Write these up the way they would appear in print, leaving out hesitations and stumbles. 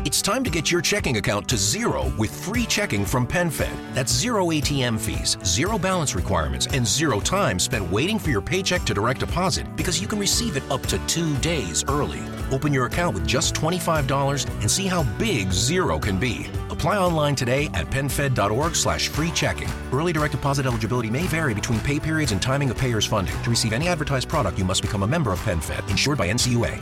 It's time to get your checking account to zero with free checking from PenFed. That's zero ATM fees, zero balance requirements, and zero time spent waiting for your paycheck to direct deposit because you can receive it up to 2 days early. Open your account with just $25 and see how big zero can be. Apply online today at PenFed.org/free checking. Early direct deposit eligibility may vary between pay periods and timing of payers' funding. To receive any advertised product, you must become a member of PenFed, insured by NCUA.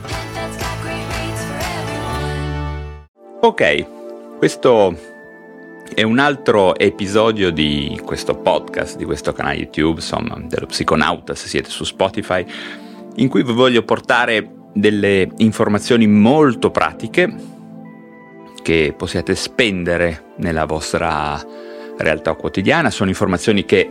Ok, questo è un altro episodio di questo podcast, di questo canale YouTube, insomma, dello Psiconauta, se siete su Spotify, in cui vi voglio portare delle informazioni molto pratiche che possiate spendere nella vostra realtà quotidiana. Sono informazioni che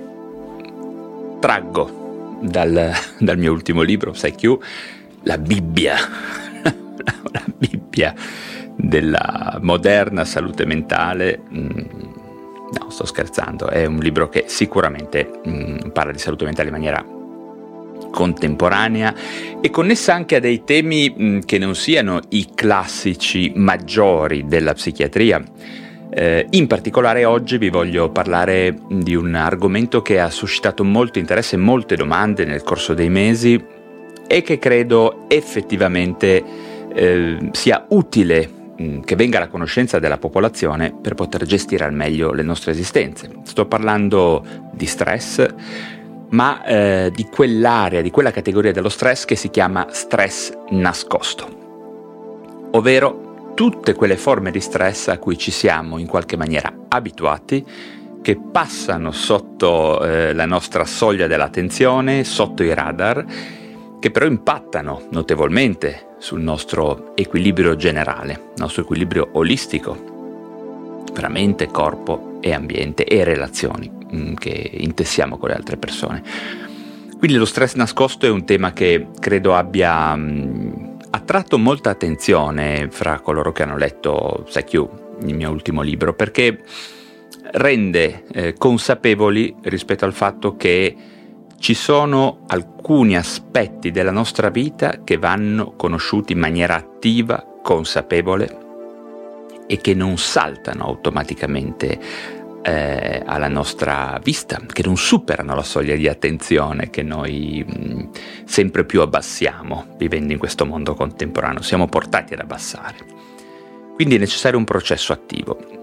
traggo dal mio ultimo libro, PsyQ, la Bibbia, la Bibbia della moderna salute mentale. No, sto scherzando, è un libro che sicuramente parla di salute mentale in maniera contemporanea e connessa anche a dei temi che non siano i classici maggiori della psichiatria. In particolare oggi vi voglio parlare di un argomento che ha suscitato molto interesse e molte domande nel corso dei mesi e che credo effettivamente sia utile che venga alla conoscenza della popolazione per poter gestire al meglio le nostre esistenze. Sto parlando di stress, ma di quell'area, di quella categoria dello stress che si chiama stress nascosto, ovvero tutte quelle forme di stress a cui ci siamo in qualche maniera abituati, che passano sotto la nostra soglia dell'attenzione, sotto i radar, che però impattano notevolmente sul nostro equilibrio generale, il nostro equilibrio olistico, tra mente, corpo e ambiente e relazioni che intessiamo con le altre persone. Quindi lo stress nascosto è un tema che credo abbia attratto molta attenzione fra coloro che hanno letto PsyQ, il mio ultimo libro, perché rende consapevoli rispetto al fatto che ci sono alcuni aspetti della nostra vita che vanno conosciuti in maniera attiva, consapevole e che non saltano automaticamente alla nostra vista, che non superano la soglia di attenzione che noi sempre più abbassiamo vivendo in questo mondo contemporaneo, siamo portati ad abbassare. Quindi è necessario un processo attivo.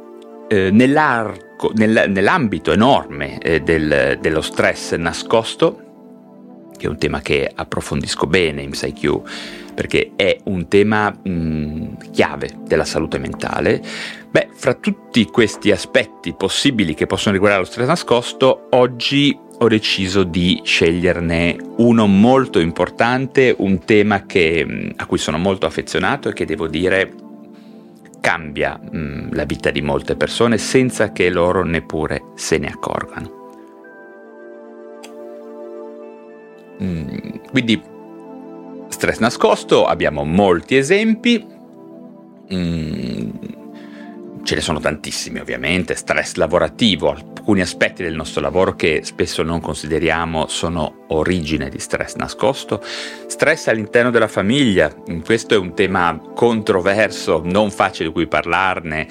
Nell'ambito enorme dello stress nascosto, che è un tema che approfondisco bene in PsyQ, perché è un tema chiave della salute mentale, fra tutti questi aspetti possibili che possono riguardare lo stress nascosto, oggi ho deciso di sceglierne uno molto importante, un tema a cui sono molto affezionato e che devo dire cambia la vita di molte persone senza che loro neppure se ne accorgano. Quindi stress nascosto, abbiamo molti esempi, ce ne sono tantissimi ovviamente. Stress lavorativo, alcuni aspetti del nostro lavoro che spesso non consideriamo sono origine di stress nascosto. Stress all'interno della famiglia, questo è un tema controverso, non facile di cui parlarne,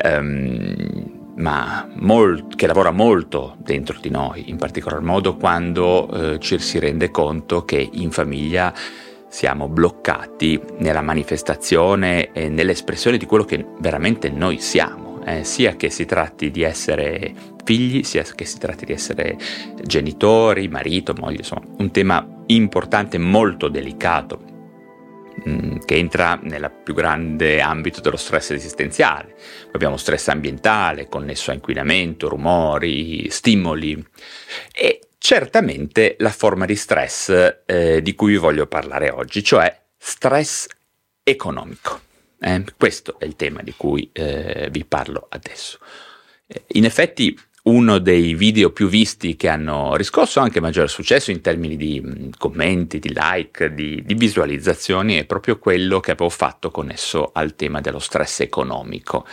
ma che lavora molto dentro di noi, in particolar modo quando ci si rende conto che in famiglia siamo bloccati nella manifestazione e nell'espressione di quello che veramente noi siamo, sia che si tratti di essere figli, sia che si tratti di essere genitori, marito, moglie, insomma, un tema importante, molto delicato, che entra nel più grande ambito dello stress esistenziale. Poi abbiamo stress ambientale, connesso a inquinamento, rumori, stimoli e certamente la forma di stress di cui vi voglio parlare oggi, cioè stress economico. Questo è il tema di cui vi parlo adesso. In effetti uno dei video più visti che hanno riscosso anche maggiore successo in termini di commenti, di like, di visualizzazioni è proprio quello che avevo fatto connesso al tema dello stress economico.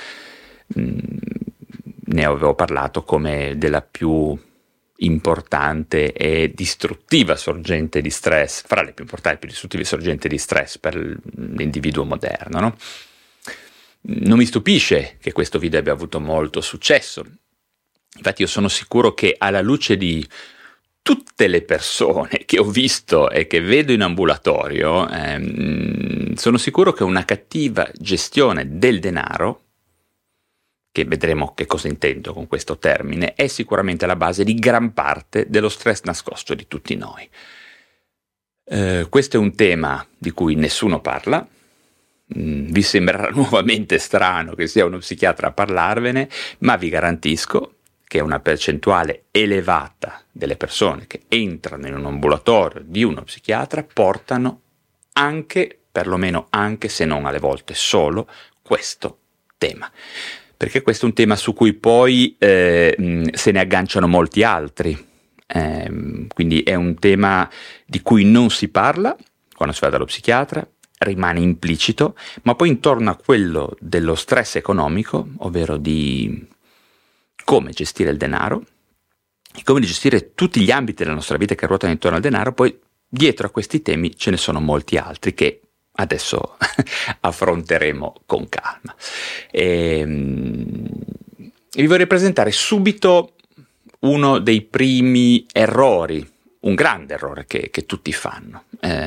Ne avevo parlato come della più importante e distruttiva sorgente di stress, fra le più importanti e più distruttive sorgenti di stress per l'individuo moderno, no? Non mi stupisce che questo video abbia avuto molto successo. Infatti io sono sicuro che alla luce di tutte le persone che ho visto e che vedo in ambulatorio, sono sicuro che una cattiva gestione del denaro, che vedremo che cosa intendo con questo termine, è sicuramente la base di gran parte dello stress nascosto di tutti noi. Questo è un tema di cui nessuno parla. Vi sembrerà nuovamente strano che sia uno psichiatra a parlarvene, ma vi garantisco che una percentuale elevata delle persone che entrano in un ambulatorio di uno psichiatra portano anche, perlomeno anche se non alle volte solo, questo tema. Perché questo è un tema su cui poi se ne agganciano molti altri. Quindi è un tema di cui non si parla quando si va dallo psichiatra, rimane implicito, ma poi intorno a quello dello stress economico, ovvero di come gestire il denaro e come gestire tutti gli ambiti della nostra vita che ruotano intorno al denaro, poi dietro a questi temi ce ne sono molti altri che adesso affronteremo con calma. E vi vorrei presentare subito uno dei primi errori, un grande errore che tutti fanno,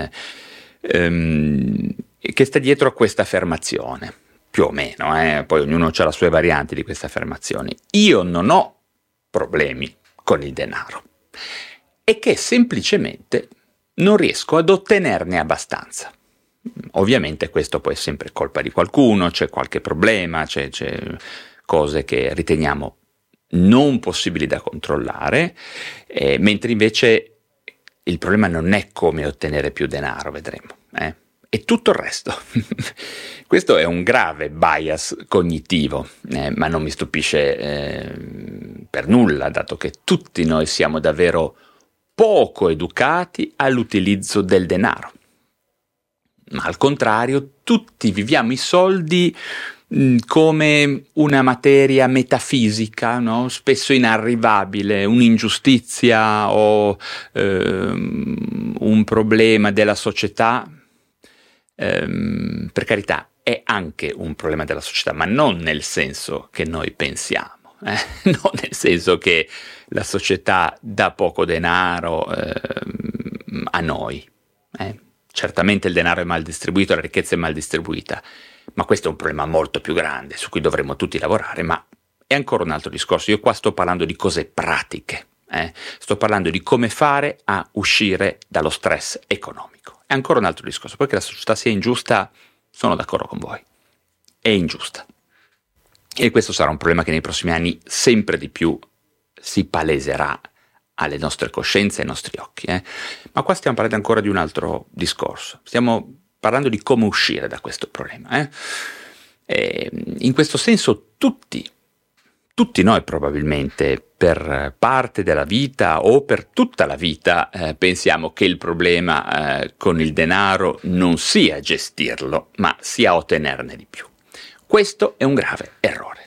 che sta dietro a questa affermazione. Più o meno, poi ognuno ha le sue varianti di queste affermazioni. Io non ho problemi con il denaro, è che semplicemente non riesco ad ottenerne abbastanza. Ovviamente questo poi è sempre colpa di qualcuno, c'è qualche problema, c'è cose che riteniamo non possibili da controllare, mentre invece il problema non è come ottenere più denaro, vedremo, e tutto il resto. Questo è un grave bias cognitivo, ma non mi stupisce per nulla, dato che tutti noi siamo davvero poco educati all'utilizzo del denaro. Ma al contrario, tutti viviamo i soldi come una materia metafisica, no? Spesso inarrivabile, un'ingiustizia o un problema della società. Per carità, è anche un problema della società, ma non nel senso che noi pensiamo, non nel senso che la società dà poco denaro a noi. Certamente il denaro è mal distribuito, la ricchezza è mal distribuita, ma questo è un problema molto più grande su cui dovremmo tutti lavorare, ma è ancora un altro discorso. Io qua sto parlando di cose pratiche, sto parlando di come fare a uscire dallo stress economico. È ancora un altro discorso, poi che la società sia ingiusta, sono d'accordo con voi, è ingiusta. E questo sarà un problema che nei prossimi anni sempre di più si paleserà alle nostre coscienze e ai nostri occhi. Ma qua stiamo parlando ancora di un altro discorso, stiamo parlando di come uscire da questo problema. E in questo senso tutti noi probabilmente per parte della vita o per tutta la vita pensiamo che il problema con il denaro non sia gestirlo, ma sia ottenerne di più. Questo è un grave errore.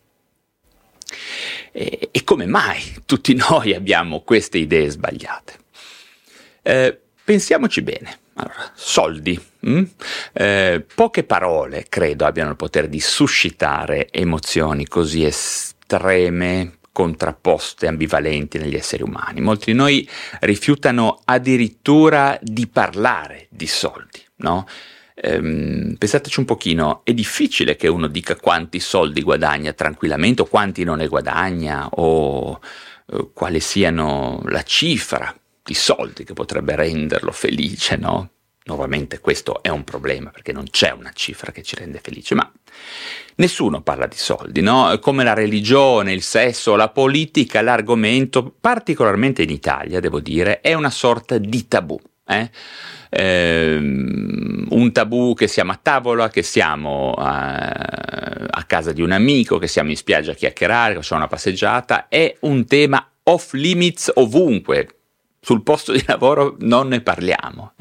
E come mai tutti noi abbiamo queste idee sbagliate? Pensiamoci bene. Allora, soldi. Poche parole credo abbiano il potere di suscitare emozioni così estreme, contrapposte, ambivalenti negli esseri umani. Molti di noi rifiutano addirittura di parlare di soldi, no? Pensateci un pochino, è difficile che uno dica quanti soldi guadagna tranquillamente o quanti non ne guadagna o quale siano la cifra di soldi che potrebbe renderlo felice, no? Nuovamente questo è un problema perché non c'è una cifra che ci rende felice, ma nessuno parla di soldi, no? Come la religione, il sesso, la politica, l'argomento, particolarmente in Italia, devo dire, è una sorta di tabù. Un tabù che siamo a tavola, che siamo a casa di un amico, che siamo in spiaggia a chiacchierare, che facciamo una passeggiata, è un tema off limits ovunque. Sul posto di lavoro non ne parliamo.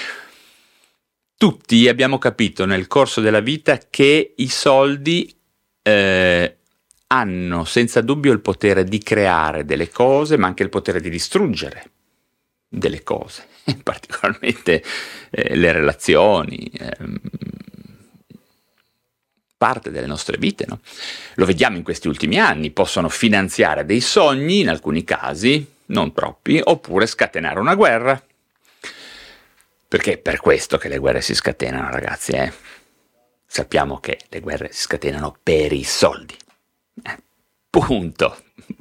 Tutti abbiamo capito nel corso della vita che i soldi hanno senza dubbio il potere di creare delle cose, ma anche il potere di distruggere delle cose, particolarmente le relazioni. parte delle nostre vite, no? Lo vediamo in questi ultimi anni, possono finanziare dei sogni, in alcuni casi, non troppi, oppure scatenare una guerra. Perché è per questo che le guerre si scatenano, ragazzi, Sappiamo che le guerre si scatenano per i soldi. Punto.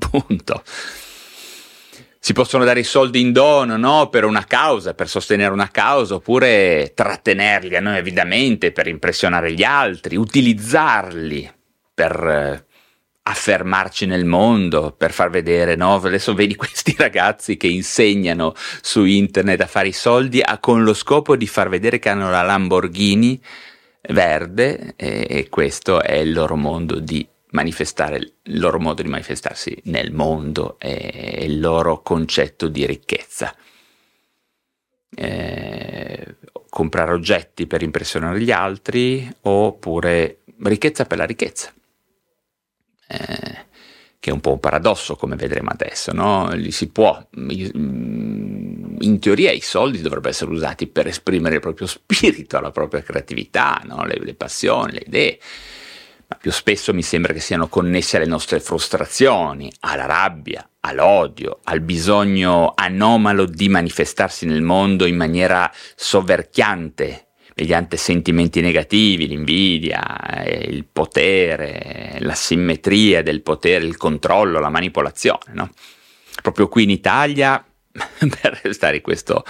Si possono dare i soldi in dono, no? Per una causa, per sostenere una causa, oppure trattenerli a noi avidamente per impressionare gli altri, utilizzarli per affermarci nel mondo, per far vedere, no? Adesso vedi questi ragazzi che insegnano su internet a fare i soldi con lo scopo di far vedere che hanno la Lamborghini verde, e questo è il loro modo di manifestare, il loro modo di manifestarsi nel mondo e il loro concetto di ricchezza. Comprare oggetti per impressionare gli altri, oppure ricchezza per la ricchezza, che è un po' un paradosso, come vedremo adesso, no? Si può, in teoria i soldi dovrebbero essere usati per esprimere il proprio spirito, la propria creatività, no? Le passioni, le idee, ma più spesso mi sembra che siano connessi alle nostre frustrazioni, alla rabbia, all'odio, al bisogno anomalo di manifestarsi nel mondo in maniera soverchiante, mediante sentimenti negativi, l'invidia, il potere, l'asimmetria del potere, il controllo, la manipolazione, no? Proprio qui in Italia, per restare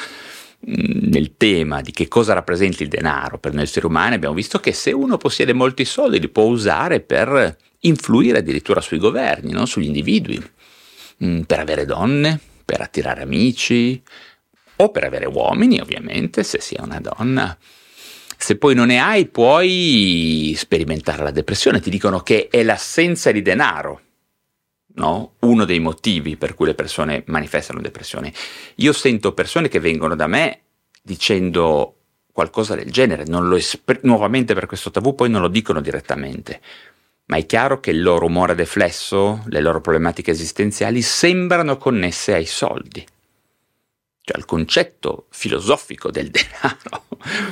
nel tema di che cosa rappresenta il denaro per noi esseri umani, abbiamo visto che se uno possiede molti soldi li può usare per influire addirittura sui governi, no? Sugli individui, per avere donne, per attirare amici, o per avere uomini, ovviamente, se si è una donna. Se poi non ne hai, puoi sperimentare la depressione. Ti dicono che è l'assenza di denaro, no? Uno dei motivi per cui le persone manifestano depressione. Io sento persone che vengono da me dicendo qualcosa del genere, non lo nuovamente per questo tabù, poi non lo dicono direttamente, ma è chiaro che il loro umore deflesso, le loro problematiche esistenziali sembrano connesse ai soldi, cioè al concetto filosofico del denaro.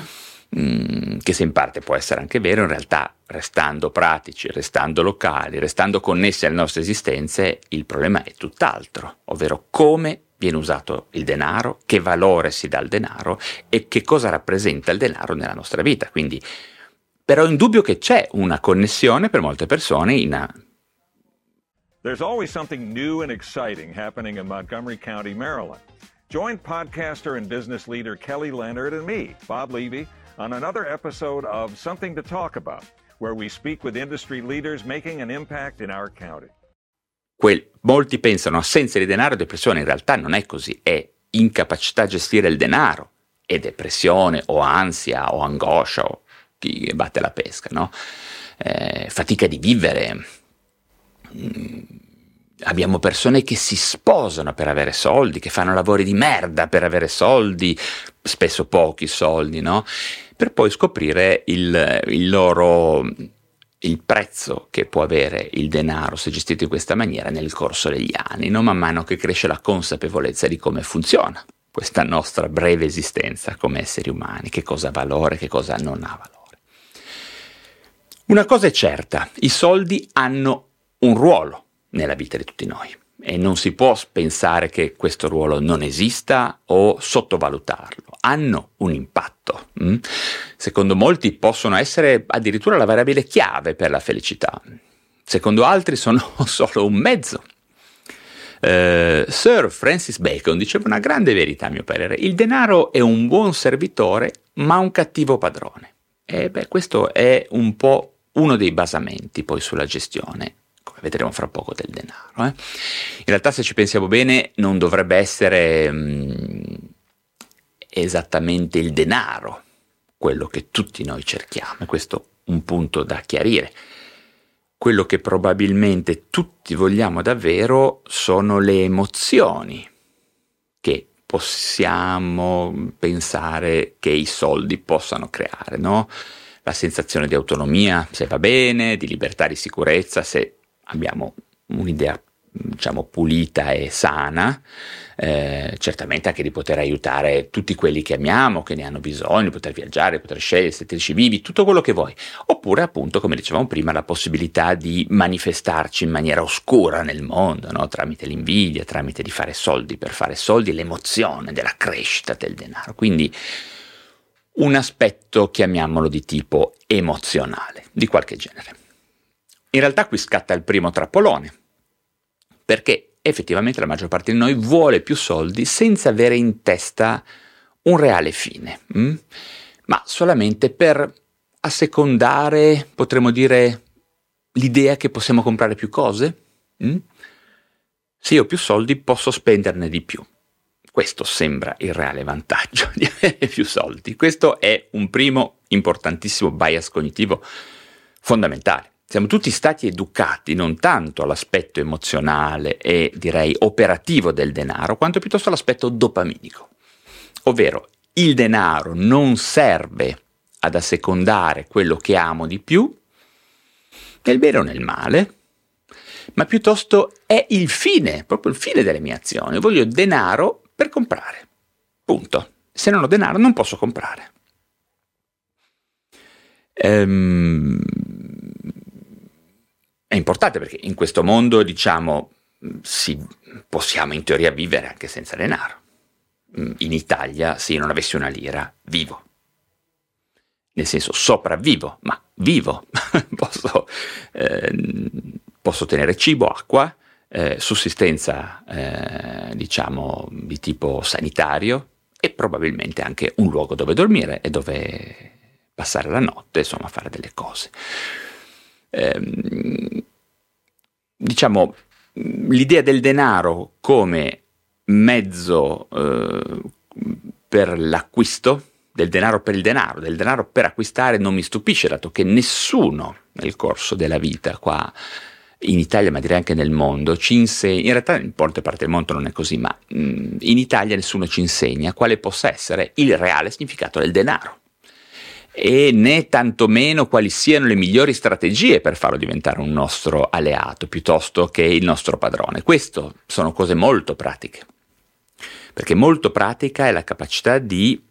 Che se in parte può essere anche vero, in realtà restando pratici, restando locali, restando connessi alle nostre esistenze, il problema è tutt'altro, ovvero come viene usato il denaro, che valore si dà al denaro e che cosa rappresenta il denaro nella nostra vita. Quindi, però è indubbio che c'è una connessione per molte persone There's always something new and exciting happening in Montgomery County, Maryland. Join podcaster and business leader Kelly Leonard and me, Bob Levy, on another episode of Something to Talk About, where we speak with industry leaders making an impact in our county. Molti pensano assenza di denaro e depressione, in realtà non è così, è incapacità a gestire il denaro, è depressione o ansia o angoscia o chi batte la pesca, no? Fatica di vivere. Abbiamo persone che si sposano per avere soldi, che fanno lavori di merda per avere soldi, spesso pochi soldi, no? Per poi scoprire il prezzo che può avere il denaro se gestito in questa maniera nel corso degli anni, no? Man mano che cresce la consapevolezza di come funziona questa nostra breve esistenza come esseri umani, che cosa ha valore, che cosa non ha valore. Una cosa è certa, i soldi hanno un ruolo nella vita di tutti noi e non si può pensare che questo ruolo non esista o sottovalutarlo. Hanno un impatto. Secondo molti possono essere addirittura la variabile chiave per la felicità. Secondo altri sono solo un mezzo. Sir Francis Bacon diceva una grande verità, a mio parere: il denaro è un buon servitore ma un cattivo padrone. E questo è un po' uno dei basamenti poi sulla gestione, come vedremo fra poco, del denaro. In realtà, se ci pensiamo bene, non dovrebbe essere esattamente il denaro quello che tutti noi cerchiamo, e questo è un punto da chiarire. Quello che probabilmente tutti vogliamo davvero sono le emozioni che possiamo pensare che i soldi possano creare, no? La sensazione di autonomia, se va bene, di libertà, di sicurezza, se abbiamo un'idea diciamo pulita e sana, certamente anche di poter aiutare tutti quelli che amiamo, che ne hanno bisogno, di poter viaggiare, di poter scegliere, sentirci vivi, tutto quello che vuoi. Oppure appunto, come dicevamo prima, la possibilità di manifestarci in maniera oscura nel mondo, no? Tramite l'invidia, tramite di fare soldi per fare soldi, l'emozione della crescita del denaro. Quindi un aspetto, chiamiamolo di tipo emozionale, di qualche genere. In realtà qui scatta il primo trappolone, perché effettivamente la maggior parte di noi vuole più soldi senza avere in testa un reale fine, ma solamente per assecondare, potremmo dire, l'idea che possiamo comprare più cose. Se io ho più soldi posso spenderne di più. Questo sembra il reale vantaggio di avere più soldi. Questo è un primo importantissimo bias cognitivo fondamentale. Siamo tutti stati educati non tanto all'aspetto emozionale e direi operativo del denaro, quanto piuttosto all'aspetto dopaminico. Ovvero, il denaro non serve ad assecondare quello che amo di più, nel bene o nel male, ma piuttosto è il fine, proprio il fine delle mie azioni. Io voglio denaro per comprare. Punto. Se non ho denaro non posso comprare. È importante perché in questo mondo, diciamo, possiamo in teoria vivere anche senza denaro. In Italia, se io non avessi una lira, vivo. Nel senso, sopravvivo, ma vivo. Posso tenere cibo, acqua, sussistenza, diciamo, di tipo sanitario e probabilmente anche un luogo dove dormire e dove passare la notte, insomma, fare delle cose. Diciamo, l'idea del denaro come mezzo per l'acquisto, del denaro per il denaro, del denaro per acquistare, non mi stupisce, dato che nessuno nel corso della vita qua in Italia, ma direi anche nel mondo, in realtà in molte parti del mondo non è così, ma in Italia nessuno ci insegna quale possa essere il reale significato del denaro, e né tantomeno quali siano le migliori strategie per farlo diventare un nostro alleato piuttosto che il nostro padrone. Questo sono cose molto pratiche, perché molto pratica è la capacità di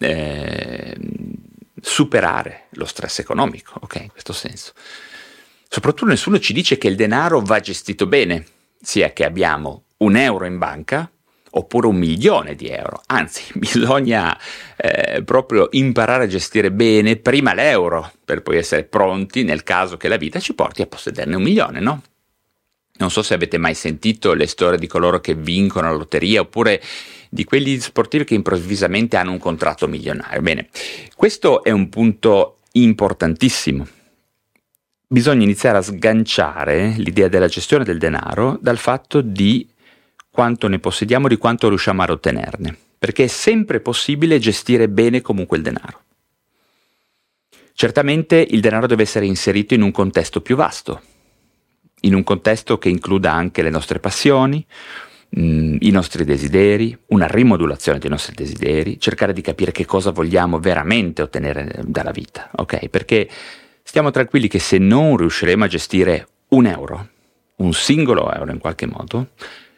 superare lo stress economico, ok? In questo senso. Soprattutto nessuno ci dice che il denaro va gestito bene, sia che abbiamo €1 in banca oppure €1.000.000. Anzi, bisogna proprio imparare a gestire bene prima l'euro per poi essere pronti nel caso che la vita ci porti a possederne 1.000.000, no? Non so se avete mai sentito le storie di coloro che vincono la lotteria oppure di quegli sportivi che improvvisamente hanno un contratto milionario. Bene, questo è un punto importantissimo. Bisogna iniziare a sganciare l'idea della gestione del denaro dal fatto di quanto ne possediamo, di quanto riusciamo a ottenerne, perché è sempre possibile gestire bene comunque il denaro. Certamente il denaro deve essere inserito in un contesto più vasto, in un contesto che includa anche le nostre passioni, i nostri desideri, una rimodulazione dei nostri desideri, cercare di capire che cosa vogliamo veramente ottenere dalla vita, ok? Perché stiamo tranquilli che se non riusciremo a gestire €1, un singolo euro in qualche modo,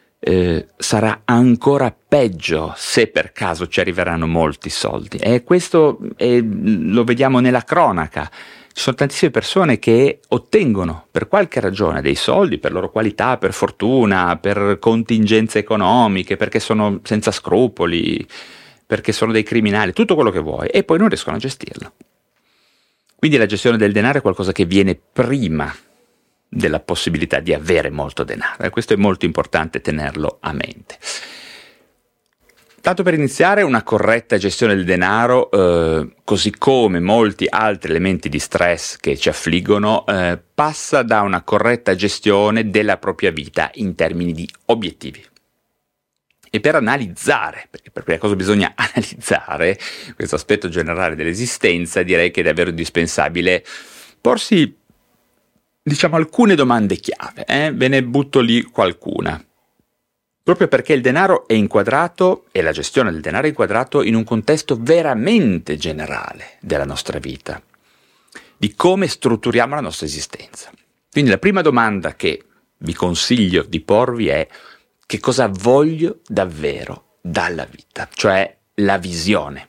sarà ancora peggio se per caso ci arriveranno molti soldi. E questo lo vediamo nella cronaca. Ci sono tantissime persone che ottengono per qualche ragione dei soldi, per loro qualità, per fortuna, per contingenze economiche, perché sono senza scrupoli, perché sono dei criminali, tutto quello che vuoi, e poi non riescono a gestirlo. Quindi la gestione del denaro è qualcosa che viene prima della possibilità di avere molto denaro, e questo è molto importante tenerlo a mente. Tanto per iniziare, una corretta gestione del denaro, così come molti altri elementi di stress che ci affliggono, passa da una corretta gestione della propria vita in termini di obiettivi. E per analizzare, perché per prima cosa bisogna analizzare questo aspetto generale dell'esistenza, direi che è davvero indispensabile porsi, diciamo, alcune domande chiave. Ve ne butto lì qualcuna. Proprio perché il denaro è inquadrato, e la gestione del denaro è inquadrato in un contesto veramente generale della nostra vita, di come strutturiamo la nostra esistenza. Quindi la prima domanda che vi consiglio di porvi è: che cosa voglio davvero dalla vita, cioè la visione.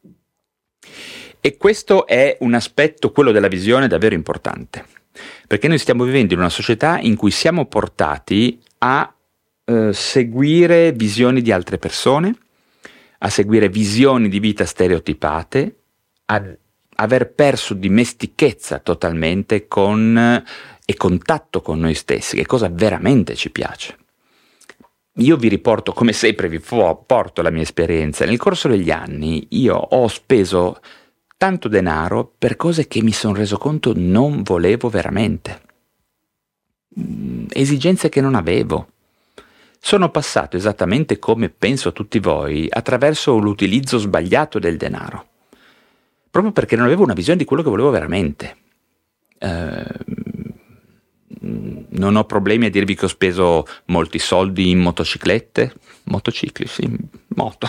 E questo è un aspetto, quello della visione, davvero importante, perché noi stiamo vivendo in una società in cui siamo portati a seguire visioni di altre persone, a seguire visioni di vita stereotipate, a aver perso dimestichezza totalmente e contatto con noi stessi, che cosa veramente ci piace. Io vi riporto, come sempre vi porto la mia esperienza. Nel corso degli anni io ho speso tanto denaro per cose che mi sono reso conto non volevo veramente, esigenze che non avevo. Sono passato, esattamente come penso tutti voi, attraverso l'utilizzo sbagliato del denaro, proprio perché non avevo una visione di quello che volevo veramente. Non ho problemi a dirvi che ho speso molti soldi in motociclette, motocicli, sì, moto.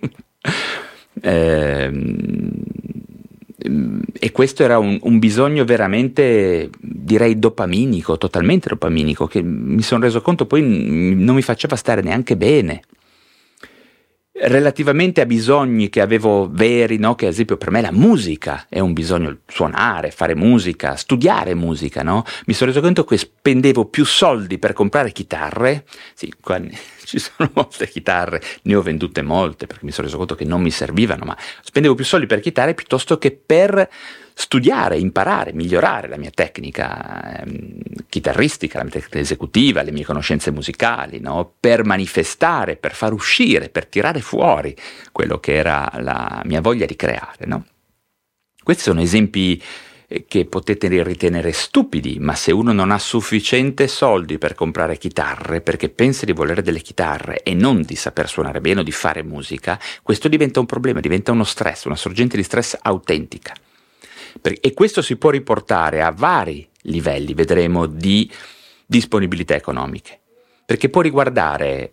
E questo era un bisogno veramente, direi, dopaminico, totalmente dopaminico, che mi sono reso conto poi non mi faceva stare neanche bene. Relativamente a bisogni che avevo veri, no? Che ad esempio per me la musica è un bisogno, suonare, fare musica, studiare musica, no? Mi sono reso conto che spendevo più soldi per comprare chitarre. Sì, qua ci sono molte chitarre, ne ho vendute molte perché mi sono reso conto che non mi servivano, ma spendevo più soldi per chitarre piuttosto che per studiare, imparare, migliorare la mia tecnica chitarristica, la mia tecnica esecutiva, le mie conoscenze musicali, no? Per manifestare, per far uscire, per tirare fuori quello che era la mia voglia di creare, no? Questi sono esempi che potete ritenere stupidi, ma se uno non ha sufficiente soldi per comprare chitarre, perché pensa di volere delle chitarre e non di saper suonare bene o di fare musica, questo diventa un problema, diventa uno stress, una sorgente di stress autentica. E questo si può riportare a vari livelli, vedremo, di disponibilità economiche, perché può riguardare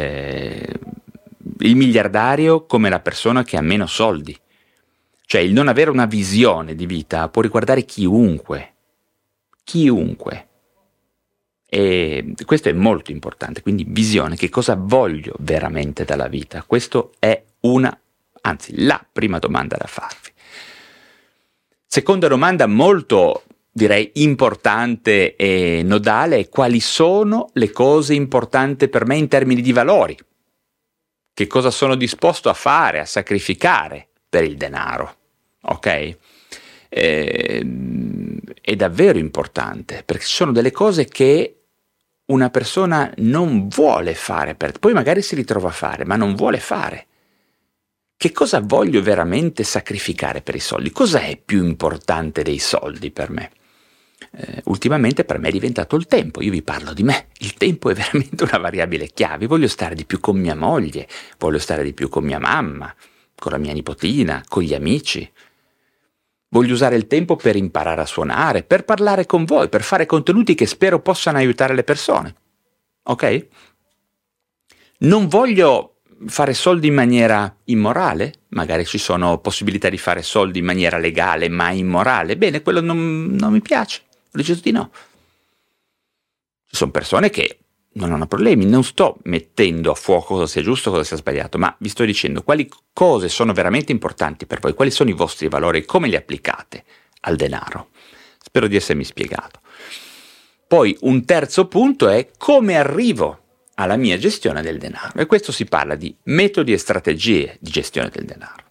il miliardario come la persona che ha meno soldi, cioè il non avere una visione di vita può riguardare chiunque, e questo è molto importante. Quindi visione, che cosa voglio veramente dalla vita? Questo è la prima domanda da farvi. Seconda domanda molto, direi, importante e nodale è: quali sono le cose importanti per me in termini di valori? Che cosa sono disposto a fare, a sacrificare per il denaro? Ok? È davvero importante, perché ci sono delle cose che una persona non vuole fare, poi magari si ritrova a fare, ma non vuole fare. Che cosa voglio veramente sacrificare per i soldi? Cosa è più importante dei soldi per me? Ultimamente per me è diventato il tempo. Io vi parlo di me. Il tempo è veramente una variabile chiave. Voglio stare di più con mia moglie, voglio stare di più con mia mamma, con la mia nipotina, con gli amici. Voglio usare il tempo per imparare a suonare, per parlare con voi, per fare contenuti che spero possano aiutare le persone. Ok? Non voglio fare soldi in maniera immorale, magari ci sono possibilità di fare soldi in maniera legale ma immorale, bene, quello non mi piace, ho deciso di no. Ci sono persone che non hanno problemi, non sto mettendo a fuoco cosa sia giusto, cosa sia sbagliato, ma vi sto dicendo quali cose sono veramente importanti per voi, quali sono i vostri valori e come li applicate al denaro. Spero di essermi spiegato. Poi un terzo punto è come arrivo alla mia gestione del denaro, e questo si parla di metodi e strategie di gestione del denaro.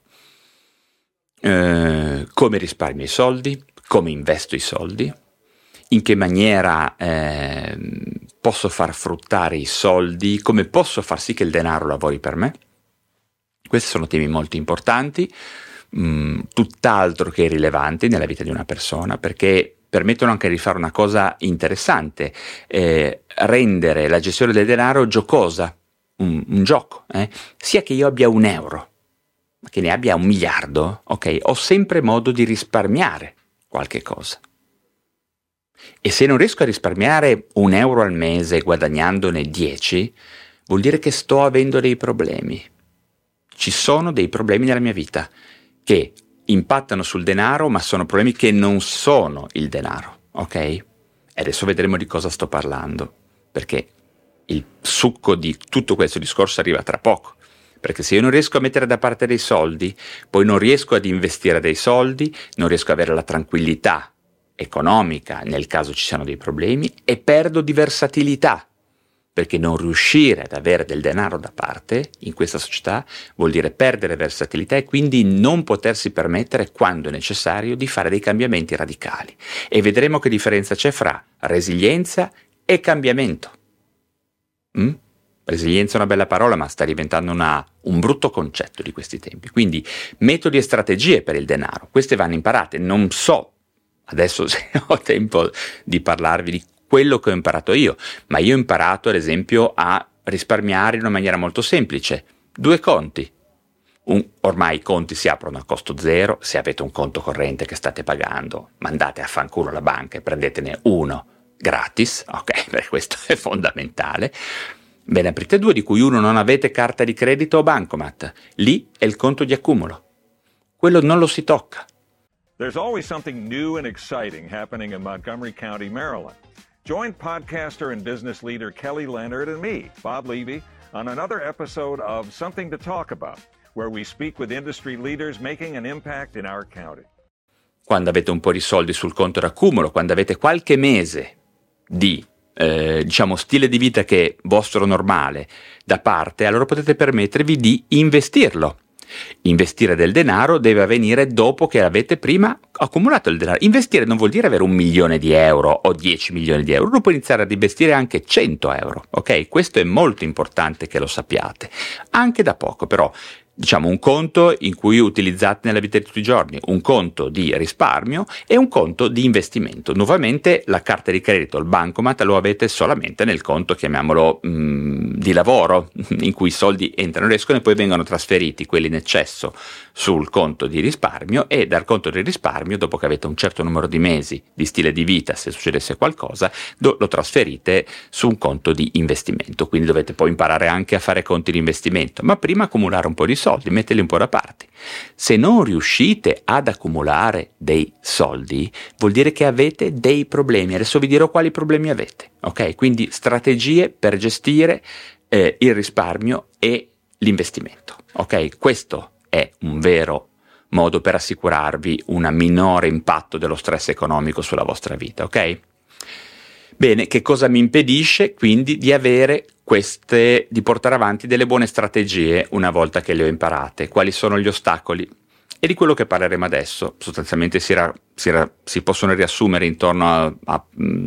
Come risparmio i soldi, come investo i soldi, in che maniera posso far fruttare i soldi, come posso far sì che il denaro lavori per me. Questi sono temi molto importanti, tutt'altro che rilevanti nella vita di una persona, perché permettono anche di fare una cosa interessante, rendere la gestione del denaro giocosa, un gioco, sia che io abbia €1, ma che ne abbia 1 miliardo, ok, ho sempre modo di risparmiare qualche cosa. E se non riesco a risparmiare €1 al mese guadagnandone 10, vuol dire che sto avendo dei problemi. Ci sono dei problemi nella mia vita che impattano sul denaro, ma sono problemi che non sono il denaro, ok? E adesso vedremo di cosa sto parlando. perché il succo di tutto questo discorso arriva tra poco. Perché se io non riesco a mettere da parte dei soldi, poi non riesco ad investire dei soldi, non riesco ad avere la tranquillità economica nel caso ci siano dei problemi e perdo di versatilità. Perché non riuscire ad avere del denaro da parte in questa società vuol dire perdere versatilità e quindi non potersi permettere, quando è necessario, di fare dei cambiamenti radicali. E vedremo che differenza c'è fra resilienza e cambiamento. Resilienza è una bella parola, ma sta diventando un brutto concetto di questi tempi. Quindi metodi e strategie per il denaro, queste vanno imparate. Non so adesso se ho tempo di parlarvi di quello che ho imparato io, ma io ho imparato ad esempio a risparmiare in una maniera molto semplice. 2 conti. Ormai i conti si aprono a costo zero. Se avete un conto corrente che state pagando, mandate a fanculo la banca e prendetene uno gratis, ok? Perché questo è fondamentale. Ve ne aprite 2 di cui uno non avete carta di credito o bancomat. Lì è il conto di accumulo. Quello non lo si tocca. There's always something new and exciting happening in Montgomery County, Maryland. Join podcaster and business leader Kelly Leonard and me, Bob Levy, on another episode of Something to Talk About, where we speak with industry leaders making an impact in our county. Quando avete un po' di soldi sul conto d'accumulo, quando avete qualche mese di stile di vita che è vostro normale da parte, allora potete permettervi di investirlo. Investire del denaro deve avvenire dopo che avete prima accumulato il denaro. Investire non vuol dire avere 1 milione di euro o 10 milioni di euro, uno può iniziare ad investire anche 100 euro, ok? Questo è molto importante che lo sappiate, anche da poco però. Un conto in cui utilizzate nella vita di tutti i giorni, un conto di risparmio e un conto di investimento. Nuovamente la carta di credito, il bancomat, lo avete solamente nel conto, chiamiamolo di lavoro, in cui i soldi entrano e escono e poi vengono trasferiti, quelli in eccesso, sul conto di risparmio, e dal conto di risparmio, dopo che avete un certo numero di mesi di stile di vita, se succedesse qualcosa, lo trasferite su un conto di investimento. Quindi dovete poi imparare anche a fare conti di investimento, ma prima accumulare un po' di soldi, metterli un po' da parte. Se non riuscite ad accumulare dei soldi, vuol dire che avete dei problemi. Adesso vi dirò quali problemi avete, ok? Quindi strategie per gestire il risparmio e l'investimento, ok? Questo è un vero modo per assicurarvi un minore impatto dello stress economico sulla vostra vita, ok? Bene, che cosa mi impedisce quindi di avere di portare avanti delle buone strategie una volta che le ho imparate? Quali sono gli ostacoli? E di quello che parleremo adesso sostanzialmente si possono riassumere intorno a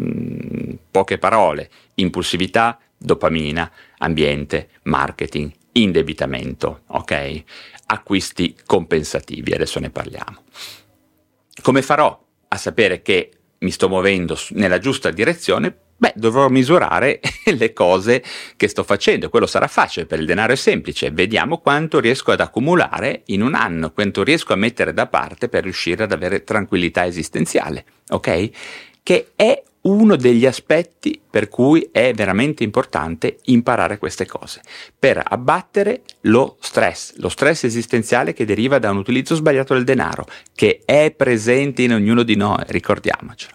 poche parole: impulsività, dopamina, ambiente, marketing, indebitamento, ok? Acquisti compensativi, adesso ne parliamo. Come farò a sapere che mi sto muovendo nella giusta direzione? Dovrò misurare le cose che sto facendo. Quello sarà facile, per il denaro è semplice. Vediamo quanto riesco ad accumulare in un anno, quanto riesco a mettere da parte per riuscire ad avere tranquillità esistenziale, ok? Che è uno degli aspetti per cui è veramente importante imparare queste cose, per abbattere lo stress esistenziale che deriva da un utilizzo sbagliato del denaro, che è presente in ognuno di noi, ricordiamocelo.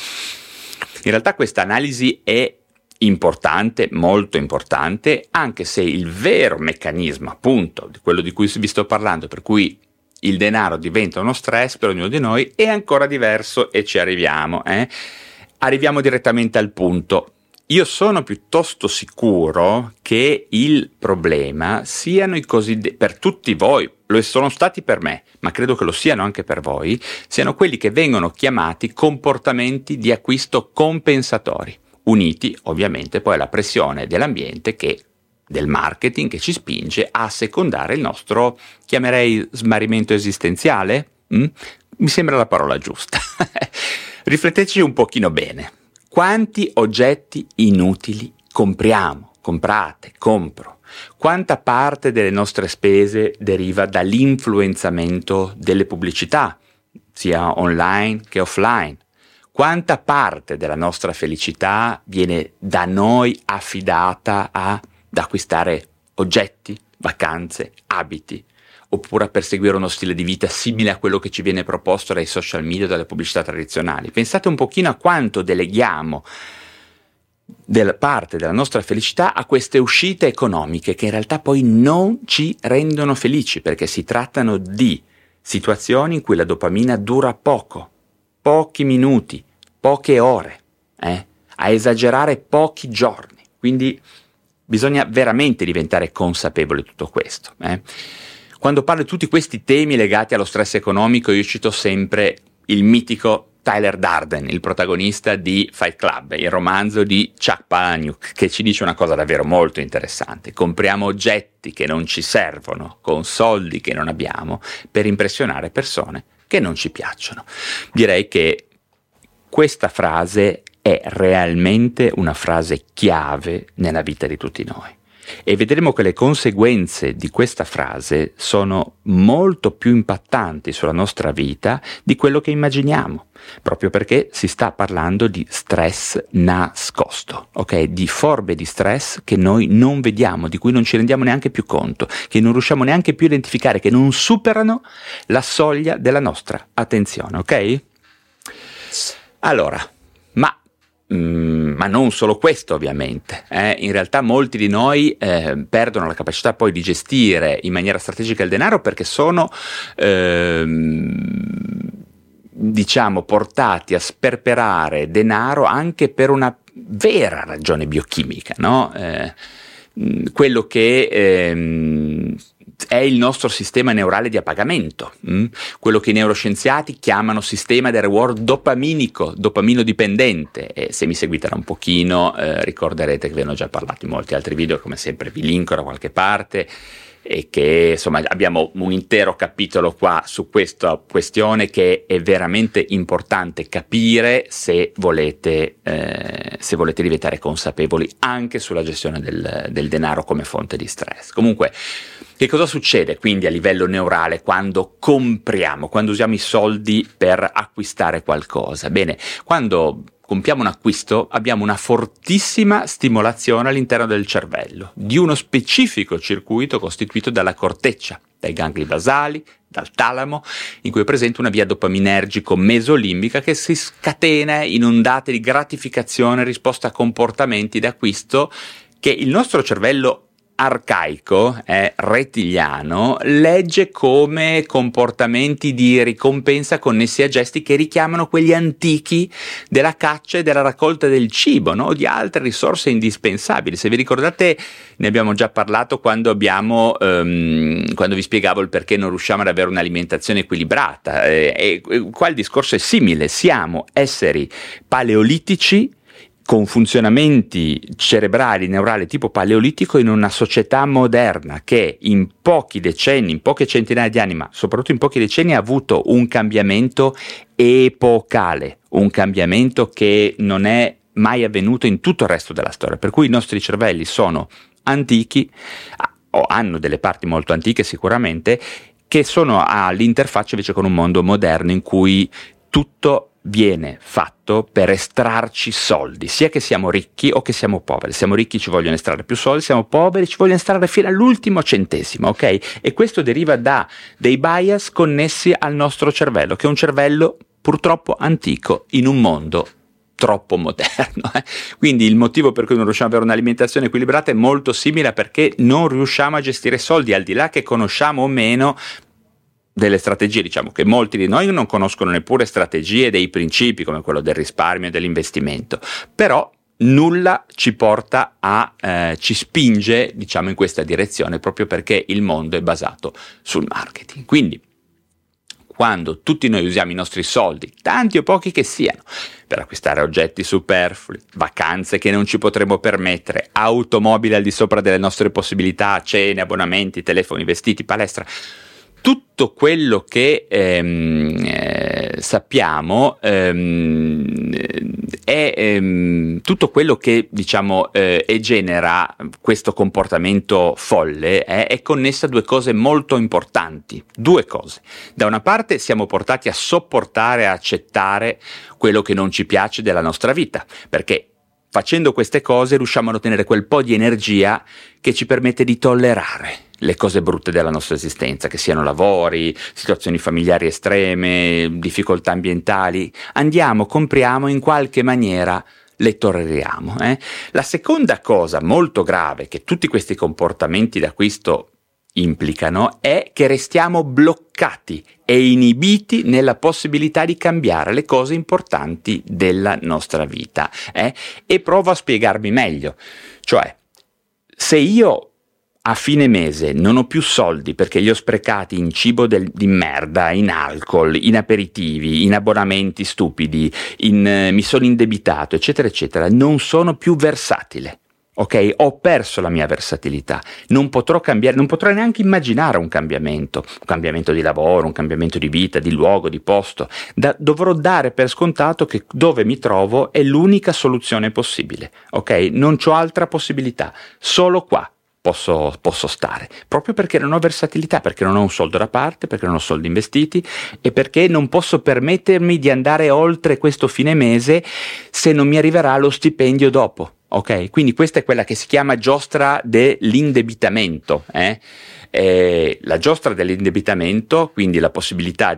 In realtà questa analisi è importante, molto importante, anche se il vero meccanismo, appunto, di quello di cui vi sto parlando, per cui il denaro diventa uno stress per ognuno di noi, è ancora diverso e ci arriviamo. Arriviamo direttamente al punto. Io sono piuttosto sicuro che il problema siano i cosiddetti, per tutti voi, lo sono stati per me, ma credo che lo siano anche per voi, siano quelli che vengono chiamati comportamenti di acquisto compensatori, uniti ovviamente poi alla pressione dell'ambiente del marketing che ci spinge a secondare il nostro, chiamerei, smarrimento esistenziale? Mi sembra la parola giusta. Rifletteteci un pochino bene. Quanti oggetti inutili compro? Quanta parte delle nostre spese deriva dall'influenzamento delle pubblicità, sia online che offline? Quanta parte della nostra felicità viene da noi affidata ad acquistare oggetti, vacanze, abiti, oppure a perseguire uno stile di vita simile a quello che ci viene proposto dai social media e dalle pubblicità tradizionali? Pensate un pochino a quanto deleghiamo parte della nostra felicità a queste uscite economiche che in realtà poi non ci rendono felici, perché si trattano di situazioni in cui la dopamina dura poco, pochi minuti, poche ore, a esagerare pochi giorni. Quindi bisogna veramente diventare consapevoli di tutto questo. Quando parlo di tutti questi temi legati allo stress economico, io cito sempre il mitico Tyler Durden, il protagonista di Fight Club, il romanzo di Chuck Palahniuk, che ci dice una cosa davvero molto interessante: compriamo oggetti che non ci servono con soldi che non abbiamo per impressionare persone che non ci piacciono. Direi che questa frase è realmente una frase chiave nella vita di tutti noi. E vedremo che le conseguenze di questa frase sono molto più impattanti sulla nostra vita di quello che immaginiamo, proprio perché si sta parlando di stress nascosto, ok? Di forme di stress che noi non vediamo, di cui non ci rendiamo neanche più conto, che non riusciamo neanche più a identificare, che non superano la soglia della nostra attenzione, ok? Allora, ma non solo questo, ovviamente. In realtà molti di noi perdono la capacità poi di gestire in maniera strategica il denaro perché sono diciamo portati a sperperare denaro anche per una vera ragione biochimica, no? Quello che è il nostro sistema neurale di appagamento, quello che i neuroscienziati chiamano sistema del reward dopaminico, dopamino dipendente. E se mi seguite da un pochino ricorderete che ve ne ho già parlato in molti altri video, come sempre vi linko da qualche parte, e che insomma abbiamo un intero capitolo qua su questa questione che è veramente importante capire se volete diventare consapevoli anche sulla gestione del denaro come fonte di stress. Comunque, che cosa succede quindi a livello neurale quando compriamo, quando usiamo i soldi per acquistare qualcosa? Bene, quando compiamo un acquisto abbiamo una fortissima stimolazione all'interno del cervello di uno specifico circuito costituito dalla corteccia, dai gangli basali, dal talamo, in cui è presente una via dopaminergico mesolimbica che si scatena in ondate di gratificazione in risposta a comportamenti d'acquisto che il nostro cervello arcaico, rettiliano, legge come comportamenti di ricompensa connessi a gesti che richiamano quelli antichi della caccia e della raccolta del cibo, no? Di altre risorse indispensabili. Se vi ricordate, ne abbiamo già parlato quando vi spiegavo il perché non riusciamo ad avere un'alimentazione equilibrata. E qua il discorso è simile: siamo esseri paleolitici con funzionamenti cerebrali, neurali tipo paleolitico, in una società moderna che in pochi decenni, in poche centinaia di anni, ma soprattutto in pochi decenni, ha avuto un cambiamento epocale, un cambiamento che non è mai avvenuto in tutto il resto della storia, per cui i nostri cervelli sono antichi, o hanno delle parti molto antiche sicuramente, che sono all'interfaccia invece con un mondo moderno in cui tutto viene fatto per estrarci soldi, sia che siamo ricchi o che siamo poveri. Siamo ricchi, ci vogliono estrarre più soldi; siamo poveri, ci vogliono estrarre fino all'ultimo centesimo, ok? E questo deriva da dei bias connessi al nostro cervello, che è un cervello purtroppo antico in un mondo troppo moderno. Quindi il motivo per cui non riusciamo ad avere un'alimentazione equilibrata è molto simile a perché non riusciamo a gestire soldi, al di là che conosciamo o meno delle strategie. Diciamo che molti di noi non conoscono neppure strategie dei principi come quello del risparmio e dell'investimento, però nulla ci porta ci spinge, diciamo, in questa direzione, proprio perché il mondo è basato sul marketing. Quindi quando tutti noi usiamo i nostri soldi, tanti o pochi che siano, per acquistare oggetti superflui, vacanze che non ci potremo permettere, automobili al di sopra delle nostre possibilità, cene, abbonamenti, telefoni, vestiti, palestra, tutto quello che sappiamo è tutto quello che, diciamo, genera questo comportamento folle è connesso a due cose molto importanti. Due cose: da una parte siamo portati a sopportare, a accettare quello che non ci piace della nostra vita, perché facendo queste cose riusciamo ad ottenere quel po' di energia che ci permette di tollerare le cose brutte della nostra esistenza, che siano lavori, situazioni familiari estreme, difficoltà ambientali. Compriamo in qualche maniera le tolleriamo. La seconda cosa molto grave che tutti questi comportamenti d'acquisto implicano è che restiamo bloccati e inibiti nella possibilità di cambiare le cose importanti della nostra vita. E provo a spiegarmi meglio. Cioè, se io a fine mese non ho più soldi perché li ho sprecati in cibo di merda, in alcol, in aperitivi, in abbonamenti stupidi, mi sono indebitato, eccetera, eccetera, non sono più versatile. Ok, ho perso la mia versatilità, non potrò cambiare, non potrò neanche immaginare un cambiamento di lavoro, un cambiamento di vita, di luogo, di posto. Dovrò dare per scontato che dove mi trovo è l'unica soluzione possibile. Ok, non c'ho altra possibilità, solo qua posso stare, proprio perché non ho versatilità, perché non ho un soldo da parte, perché non ho soldi investiti e perché non posso permettermi di andare oltre questo fine mese se non mi arriverà lo stipendio dopo. Ok, quindi questa è quella che si chiama giostra dell'indebitamento. La giostra dell'indebitamento, quindi la possibilità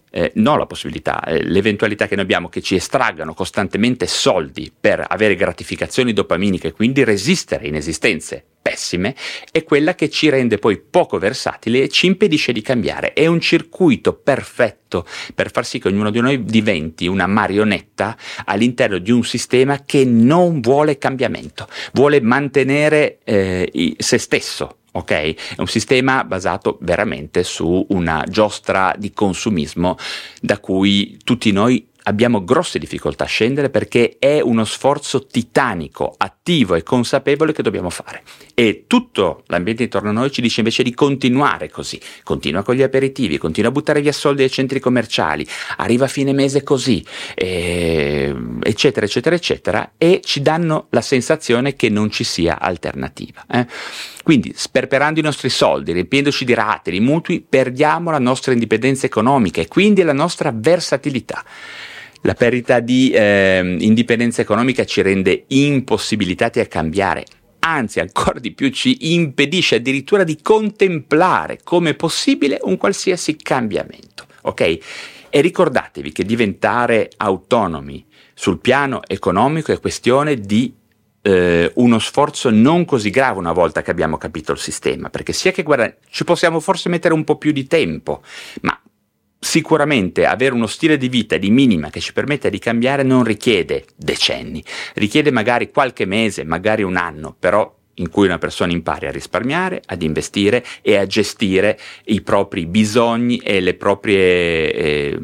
l'eventualità che noi abbiamo che ci estraggano costantemente soldi per avere gratificazioni dopaminiche e quindi resistere in esistenze pessime, è quella che ci rende poi poco versatili e ci impedisce di cambiare. È un circuito perfetto per far sì che ognuno di noi diventi una marionetta all'interno di un sistema che non vuole cambiamento, vuole mantenere se stesso. Ok? È un sistema basato veramente su una giostra di consumismo da cui tutti noi abbiamo grosse difficoltà a scendere, perché è uno sforzo titanico, attivo e consapevole che dobbiamo fare. E tutto l'ambiente intorno a noi ci dice invece di continuare così. Continua con gli aperitivi, continua a buttare via soldi ai centri commerciali, arriva a fine mese così, eccetera, eccetera, eccetera, e ci danno la sensazione che non ci sia alternativa. Quindi, sperperando i nostri soldi, riempiendoci di rate, di mutui, perdiamo la nostra indipendenza economica e quindi la nostra versatilità. La perdita di indipendenza economica ci rende impossibilitati a cambiare, anzi ancora di più ci impedisce addirittura di contemplare come possibile un qualsiasi cambiamento. Ok? E ricordatevi che diventare autonomi sul piano economico è questione di uno sforzo non così grave una volta che abbiamo capito il sistema, perché sia che ci possiamo forse mettere un po' più di tempo, ma sicuramente avere uno stile di vita di minima che ci permetta di cambiare non richiede decenni, richiede magari qualche mese, magari un anno, però in cui una persona impari a risparmiare, ad investire e a gestire i propri bisogni e le proprie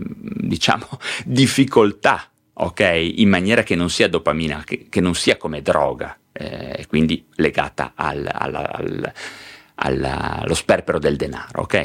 difficoltà. Ok, in maniera che non sia dopamina, che non sia come droga, quindi legata allo sperpero del denaro, ok?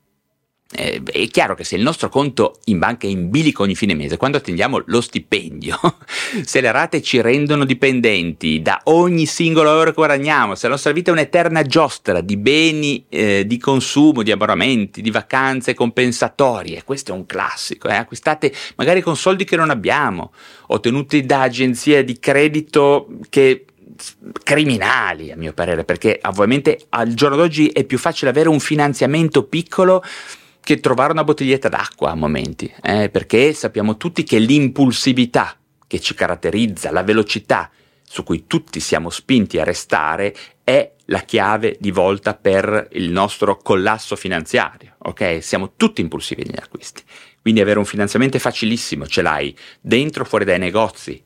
È chiaro che se il nostro conto in banca è in bilico ogni fine mese, quando attendiamo lo stipendio, se le rate ci rendono dipendenti da ogni singolo euro che guadagniamo, se la nostra vita è un'eterna giostra di beni di consumo, di abbonamenti, di vacanze compensatorie, questo è un classico, acquistate magari con soldi che non abbiamo, ottenuti da agenzie di credito criminali, a mio parere, perché ovviamente al giorno d'oggi è più facile avere un finanziamento piccolo che trovare una bottiglietta d'acqua a momenti, perché sappiamo tutti che l'impulsività che ci caratterizza, la velocità su cui tutti siamo spinti a restare, è la chiave di volta per il nostro collasso finanziario, ok? Siamo tutti impulsivi negli acquisti, quindi avere un finanziamento è facilissimo, ce l'hai dentro, fuori dai negozi,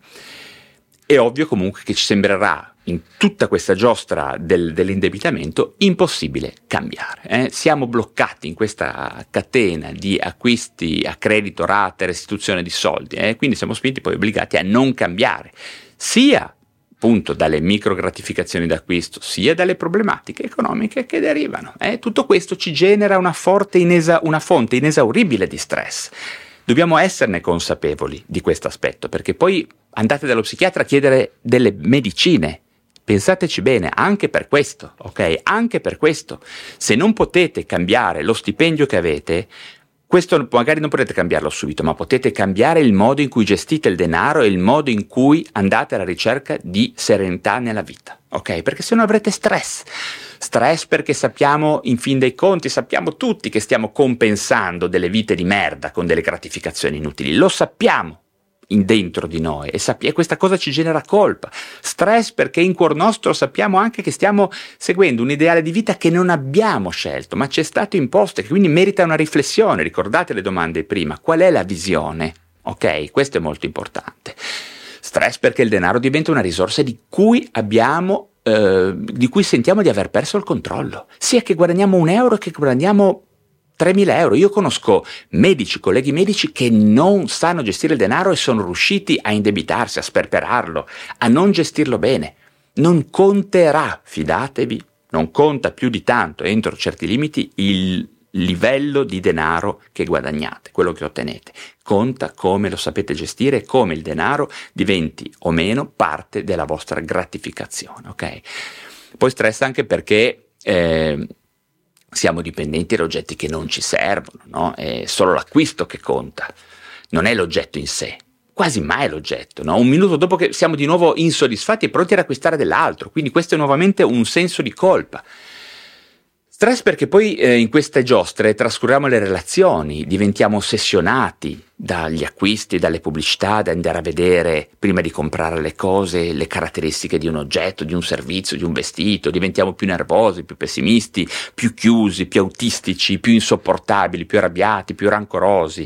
È ovvio comunque che ci sembrerà in tutta questa giostra dell'indebitamento impossibile cambiare. Siamo bloccati in questa catena di acquisti a credito, rate, restituzione di soldi, quindi siamo spinti poi obbligati a non cambiare, sia appunto dalle micro gratificazioni d'acquisto, sia dalle problematiche economiche che derivano. Tutto questo ci genera una fonte inesauribile di stress. Dobbiamo esserne consapevoli di questo aspetto, perché poi andate dallo psichiatra a chiedere delle medicine. Pensateci bene, anche per questo, ok? Anche per questo. Se non potete cambiare lo stipendio che avete, questo magari non potete cambiarlo subito, ma potete cambiare il modo in cui gestite il denaro e il modo in cui andate alla ricerca di serenità nella vita, ok? Perché se no avrete stress. Stress perché sappiamo, in fin dei conti, sappiamo tutti che stiamo compensando delle vite di merda con delle gratificazioni inutili. Lo sappiamo. dentro di noi e questa cosa ci genera colpa. Stress perché in cuor nostro sappiamo anche che stiamo seguendo un ideale di vita che non abbiamo scelto, ma ci è stato imposto e che quindi merita una riflessione. Ricordate le domande prima: qual è la visione? Ok, questo è molto importante. Stress perché il denaro diventa una risorsa di cui sentiamo di aver perso il controllo, sia che guadagniamo €1 che guadagniamo 3.000 euro. Io conosco colleghi medici che non sanno gestire il denaro e sono riusciti a indebitarsi, a sperperarlo, a non gestirlo bene. Non conterà, fidatevi, non conta più di tanto entro certi limiti il livello di denaro che guadagnate, quello che ottenete. Conta come lo sapete gestire e come il denaro diventi o meno parte della vostra gratificazione, ok? Poi stress anche perché siamo dipendenti da oggetti che non ci servono, no? È solo l'acquisto che conta, non è l'oggetto in sé, quasi mai l'oggetto, no? Un minuto dopo che siamo di nuovo insoddisfatti e pronti ad acquistare dell'altro, quindi questo è nuovamente un senso di colpa. Stress perché poi in queste giostre trascuriamo le relazioni, diventiamo ossessionati dagli acquisti, dalle pubblicità, da andare a vedere prima di comprare le cose, le caratteristiche di un oggetto, di un servizio, di un vestito, diventiamo più nervosi, più pessimisti, più chiusi, più autistici, più insopportabili, più arrabbiati, più rancorosi.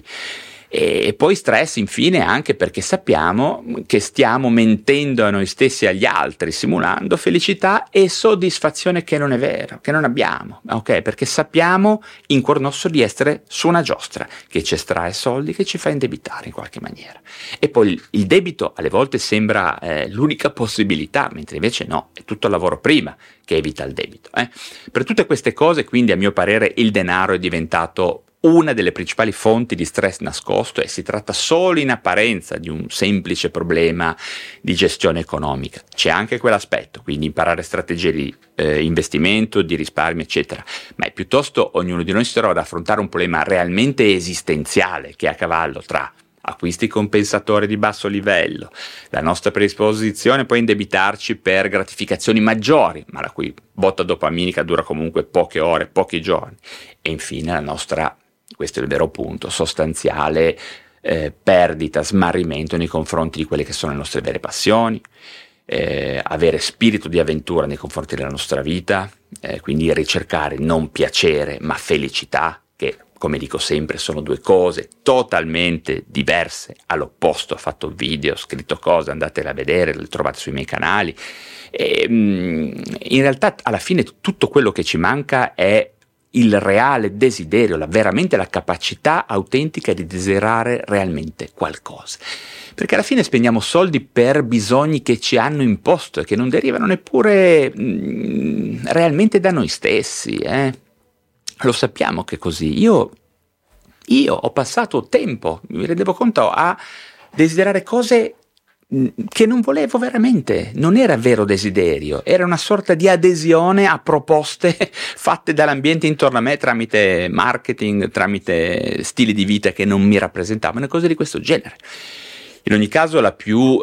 E poi stress infine anche perché sappiamo che stiamo mentendo a noi stessi e agli altri, simulando felicità e soddisfazione che non è vero, che non abbiamo, ok? Perché sappiamo in cuor nostro di essere su una giostra che ci estrae soldi, che ci fa indebitare in qualche maniera. E poi il debito alle volte sembra l'unica possibilità, mentre invece no, è tutto il lavoro prima che evita il debito. Per tutte queste cose, quindi, a mio parere, il denaro è diventato una delle principali fonti di stress nascosto e si tratta solo in apparenza di un semplice problema di gestione economica. C'è anche quell'aspetto, quindi imparare strategie di investimento, di risparmio, eccetera, ma è piuttosto ognuno di noi si trova ad affrontare un problema realmente esistenziale che è a cavallo tra acquisti compensatori di basso livello, la nostra predisposizione poi a indebitarci per gratificazioni maggiori, ma la cui botta dopaminica dura comunque poche ore, pochi giorni, e infine la nostra, questo è il vero punto, sostanziale perdita, smarrimento nei confronti di quelle che sono le nostre vere passioni, avere spirito di avventura nei confronti della nostra vita, quindi ricercare non piacere ma felicità, che come dico sempre sono due cose totalmente diverse, all'opposto. Ho fatto video, ho scritto cose, andatele a vedere, le trovate sui miei canali, e in realtà alla fine tutto quello che ci manca è il reale desiderio, veramente la capacità autentica di desiderare realmente qualcosa. Perché alla fine spendiamo soldi per bisogni che ci hanno imposto e che non derivano neppure realmente da noi stessi. Lo sappiamo che è così. Io ho passato tempo, mi rendevo conto, a desiderare cose che non volevo veramente, non era vero desiderio, era una sorta di adesione a proposte fatte dall'ambiente intorno a me tramite marketing, tramite stili di vita che non mi rappresentavano e cose di questo genere. In ogni caso la più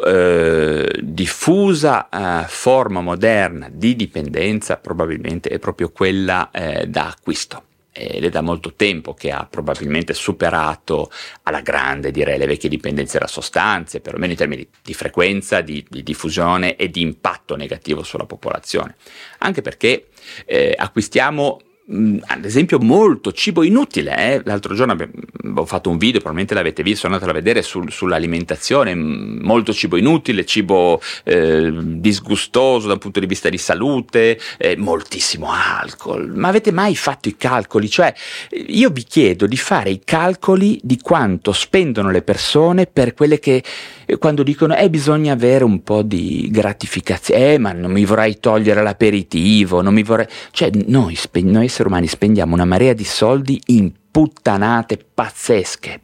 diffusa forma moderna di dipendenza probabilmente è proprio quella da acquisto. Ed è da molto tempo che ha probabilmente superato alla grande, direi, le vecchie dipendenze da sostanze, perlomeno in termini di frequenza, di diffusione e di impatto negativo sulla popolazione. Anche perché acquistiamo ad esempio molto cibo inutile. L'altro giorno avevo fatto un video, probabilmente l'avete visto, andatelo a vedere, sull'alimentazione. Molto cibo inutile, cibo disgustoso dal punto di vista di salute, moltissimo alcol. Ma avete mai fatto i calcoli? Cioè, io vi chiedo di fare i calcoli di quanto spendono le persone per quelle che quando dicono bisogna avere un po' di gratificazione, ma non mi vorrei togliere l'aperitivo, non mi vorrei... Cioè noi esseri umani spendiamo una marea di soldi in puttanate pazzesche,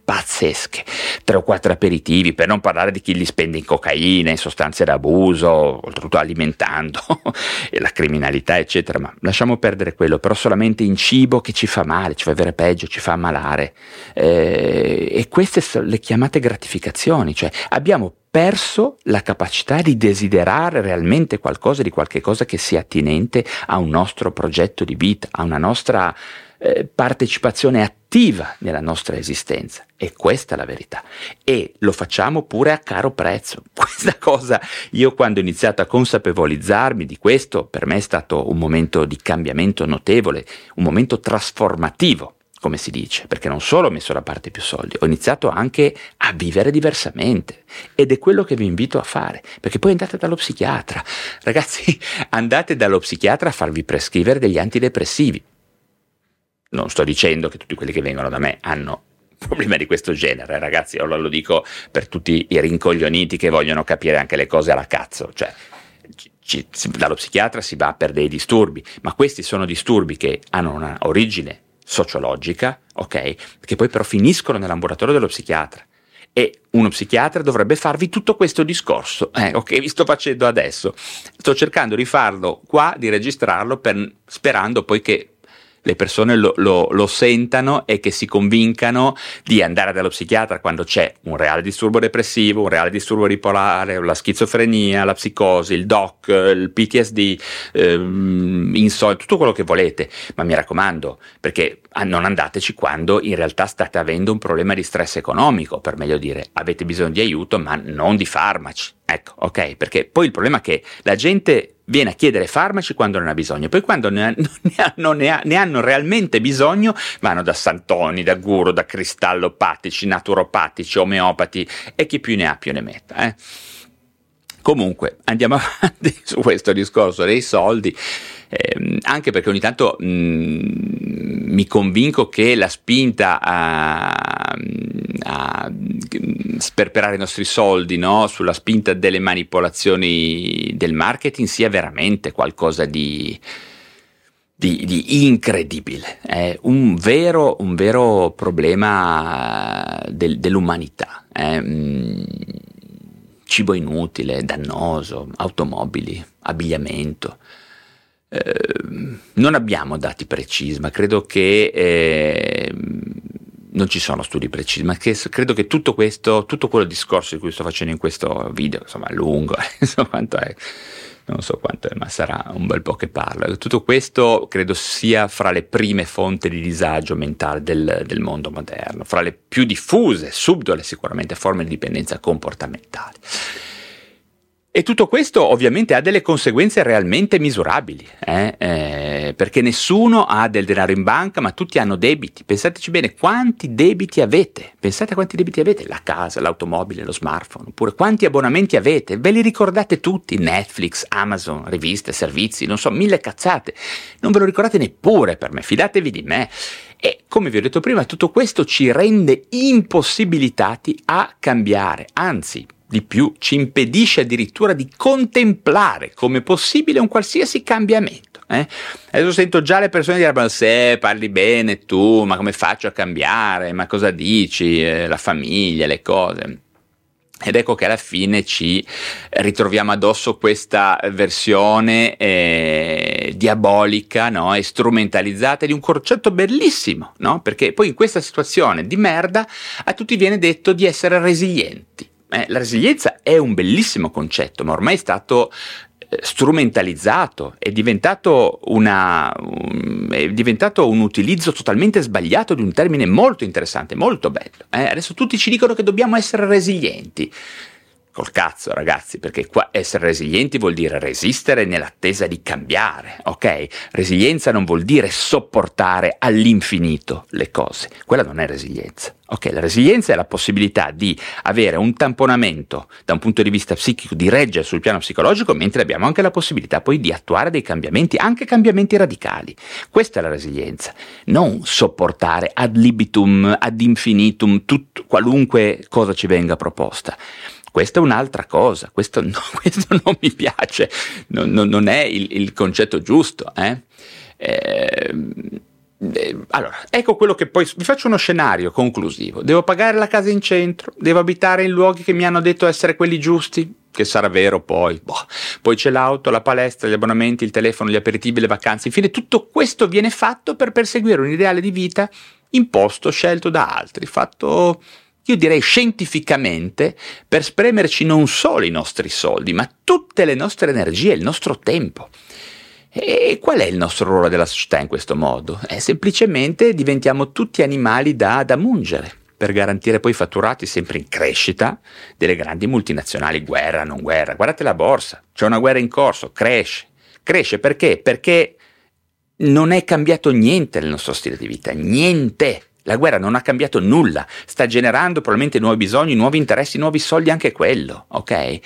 3 o 4 aperitivi, per non parlare di chi li spende in cocaina, in sostanze d'abuso, oltretutto alimentando e la criminalità eccetera, ma lasciamo perdere quello, però solamente in cibo che ci fa male, ci fa avere peggio, ci fa ammalare, e queste sono le chiamate gratificazioni, cioè abbiamo perso la capacità di desiderare realmente qualcosa, di qualche cosa che sia attinente a un nostro progetto di vita, a una nostra partecipazione attiva nella nostra esistenza, e questa è la verità, e lo facciamo pure a caro prezzo. Questa cosa, io quando ho iniziato a consapevolizzarmi di questo, per me è stato un momento di cambiamento notevole, un momento trasformativo, come si dice, perché non solo ho messo da parte più soldi, ho iniziato anche a vivere diversamente, ed è quello che vi invito a fare, perché poi andate dallo psichiatra, ragazzi, andate dallo psichiatra a farvi prescrivere degli antidepressivi. Non sto dicendo che tutti quelli che vengono da me hanno problemi di questo genere, ragazzi, io lo dico per tutti i rincoglioniti che vogliono capire anche le cose alla cazzo, cioè dallo psichiatra si va per dei disturbi, ma questi sono disturbi che hanno una origine sociologica, ok? Che poi però finiscono nell'ambulatorio dello psichiatra, e uno psichiatra dovrebbe farvi tutto questo discorso, che vi sto facendo adesso. Sto cercando di farlo qua, di registrarlo, sperando poi che le persone lo sentano e che si convincano di andare dallo psichiatra quando c'è un reale disturbo depressivo, un reale disturbo bipolare, la schizofrenia, la psicosi, il DOC, il PTSD, insonnia, tutto quello che volete, ma mi raccomando, perché non andateci quando in realtà state avendo un problema di stress economico, per meglio dire, avete bisogno di aiuto ma non di farmaci, ecco, ok? Perché poi il problema è che la gente viene a chiedere farmaci quando non ha bisogno, poi quando ne hanno realmente bisogno vanno da santoni, da guru, da cristallopatici, naturopatici, omeopati, e chi più ne ha più ne metta. Comunque andiamo avanti su questo discorso dei soldi, anche perché ogni tanto mi convinco che la spinta a sperperare i nostri soldi, no? Sulla spinta delle manipolazioni del marketing sia veramente qualcosa di incredibile, è un vero problema dell'umanità, cibo inutile, dannoso, automobili, abbigliamento. Non abbiamo dati precisi, ma credo che non ci sono studi precisi, ma credo che tutto quello discorso di cui sto facendo in questo video, insomma è lungo, non so quanto è, ma sarà un bel po' che parlo. Tutto questo credo sia fra le prime fonti di disagio mentale del mondo moderno, fra le più diffuse, subdole sicuramente, forme di dipendenza comportamentale. E tutto questo ovviamente ha delle conseguenze realmente misurabili, perché nessuno ha del denaro in banca, ma tutti hanno debiti. Pensateci bene, quanti debiti avete? Pensate a quanti debiti avete, la casa, l'automobile, lo smartphone, oppure quanti abbonamenti avete? Ve li ricordate tutti? Netflix, Amazon, riviste, servizi, non so, 1000 cazzate. Non ve lo ricordate neppure per me, fidatevi di me. E come vi ho detto prima, tutto questo ci rende impossibilitati a cambiare, anzi, di più, ci impedisce addirittura di contemplare come possibile un qualsiasi cambiamento. Adesso sento già le persone dire: ma se parli bene tu, ma come faccio a cambiare? Ma cosa dici? La famiglia, le cose. Ed ecco che alla fine ci ritroviamo addosso questa versione diabolica, no? E strumentalizzata di un concetto bellissimo, no? Perché poi in questa situazione di merda a tutti viene detto di essere resilienti. La resilienza è un bellissimo concetto, ma ormai è stato strumentalizzato, è diventato un utilizzo totalmente sbagliato di un termine molto interessante, molto bello. Adesso tutti ci dicono che dobbiamo essere resilienti. Col cazzo, ragazzi, perché qua essere resilienti vuol dire resistere nell'attesa di cambiare, ok? Resilienza non vuol dire sopportare all'infinito le cose, quella non è resilienza, ok? La resilienza è la possibilità di avere un tamponamento da un punto di vista psichico, di reggere sul piano psicologico, mentre abbiamo anche la possibilità poi di attuare dei cambiamenti, anche cambiamenti radicali. Questa è la resilienza, non sopportare ad libitum, ad infinitum, qualunque cosa ci venga proposta. Questa è un'altra cosa, questo non mi piace, non è il concetto giusto. Allora, ecco quello che poi vi faccio uno scenario conclusivo. Devo pagare la casa in centro, devo abitare in luoghi che mi hanno detto essere quelli giusti, che sarà vero poi. Poi c'è l'auto, la palestra, gli abbonamenti, il telefono, gli aperitivi, le vacanze. Infine tutto questo viene fatto per perseguire un ideale di vita imposto, scelto da altri, fatto, io direi scientificamente, per spremerci non solo i nostri soldi, ma tutte le nostre energie, il nostro tempo. E qual è il nostro ruolo della società in questo modo? Semplicemente diventiamo tutti animali da mungere, per garantire poi fatturati sempre in crescita delle grandi multinazionali, guerra, non guerra. Guardate la borsa, c'è una guerra in corso, cresce. Cresce perché? Perché non è cambiato niente nel nostro stile di vita, niente. La guerra non ha cambiato nulla, sta generando probabilmente nuovi bisogni, nuovi interessi, nuovi soldi, anche quello, ok?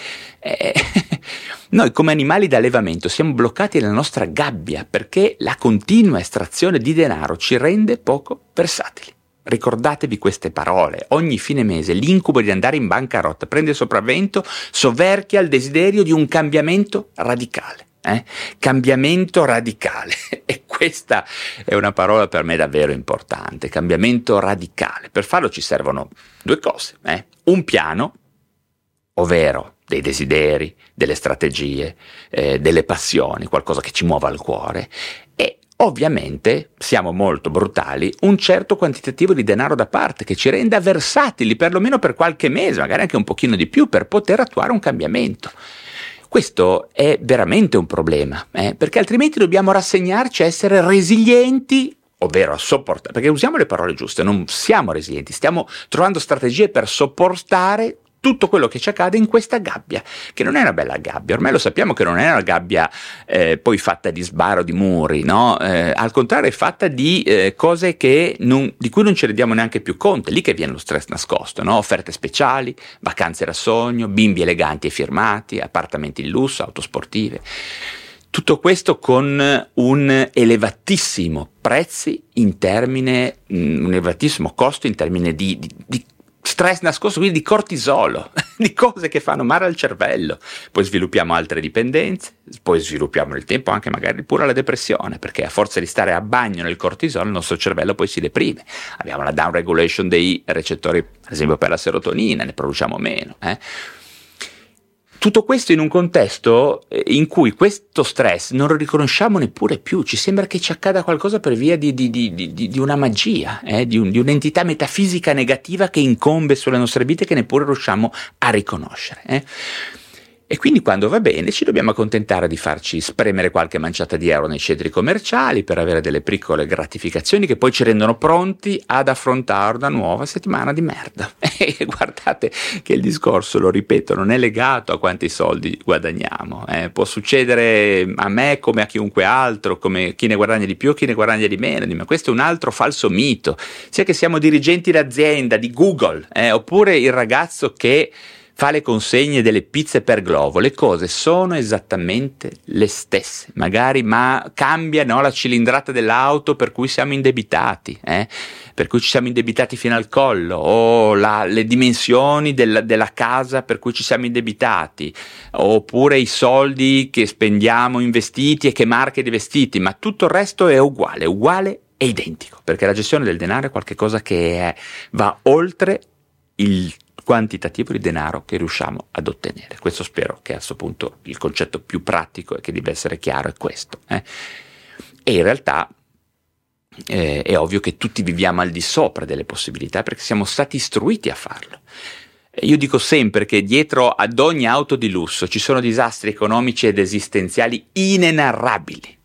Noi come animali d'allevamento siamo bloccati nella nostra gabbia perché la continua estrazione di denaro ci rende poco versatili. Ricordatevi queste parole: ogni fine mese l'incubo di andare in bancarotta prende il sopravvento, soverchia il desiderio di un cambiamento radicale. Cambiamento radicale, e questa è una parola per me davvero importante, cambiamento radicale. Per farlo ci servono due cose, un piano, ovvero dei desideri, delle strategie, delle passioni, qualcosa che ci muova al cuore, e ovviamente, siamo molto brutali, un certo quantitativo di denaro da parte che ci renda versatili perlomeno per qualche mese, magari anche un pochino di più, per poter attuare un cambiamento. Questo è veramente un problema, perché altrimenti dobbiamo rassegnarci a essere resilienti, ovvero a sopportare, perché usiamo le parole giuste, non siamo resilienti, stiamo trovando strategie per sopportare tutto quello che ci accade in questa gabbia, che non è una bella gabbia. Ormai lo sappiamo che non è una gabbia poi fatta di sbarro, di muri, no? Al contrario è fatta di cose di cui non ci rendiamo neanche più conto. È lì che viene lo stress nascosto, no? Offerte speciali, vacanze da sogno, bimbi eleganti e firmati, appartamenti in lusso, auto sportive. Tutto questo con un elevatissimo prezzi in termine, un elevatissimo costo in termini di stress nascosto, quindi di cortisolo, di cose che fanno male al cervello. Poi sviluppiamo altre dipendenze, poi sviluppiamo nel tempo anche magari pure la depressione, perché a forza di stare a bagno nel cortisolo il nostro cervello poi si deprime. Abbiamo la down regulation dei recettori, ad esempio per la serotonina, ne produciamo meno. Tutto questo in un contesto in cui questo stress non lo riconosciamo neppure più, ci sembra che ci accada qualcosa per via di una magia, di un'entità metafisica negativa che incombe sulle nostre vite che neppure riusciamo a riconoscere. E quindi quando va bene ci dobbiamo accontentare di farci spremere qualche manciata di euro nei centri commerciali per avere delle piccole gratificazioni che poi ci rendono pronti ad affrontare una nuova settimana di merda. E guardate che il discorso, lo ripeto, non è legato a quanti soldi guadagniamo. Può succedere a me come a chiunque altro, come chi ne guadagna di più o chi ne guadagna di meno. Ma questo è un altro falso mito, sia che siamo dirigenti d'azienda, di Google, oppure il ragazzo che fa le consegne delle pizze per Glovo. Le cose sono esattamente le stesse, magari, ma cambia, no, la cilindrata dell'auto per cui siamo indebitati, per cui ci siamo indebitati fino al collo, o le dimensioni della casa per cui ci siamo indebitati, oppure i soldi che spendiamo investiti e che marche di vestiti, ma tutto il resto è uguale e identico, perché la gestione del denaro è qualcosa che va oltre il quantitativo di denaro che riusciamo ad ottenere. Questo spero che a questo punto il concetto più pratico e che deve essere chiaro è questo. E in realtà è ovvio che tutti viviamo al di sopra delle possibilità perché siamo stati istruiti a farlo. Io dico sempre che dietro ad ogni auto di lusso ci sono disastri economici ed esistenziali inenarrabili.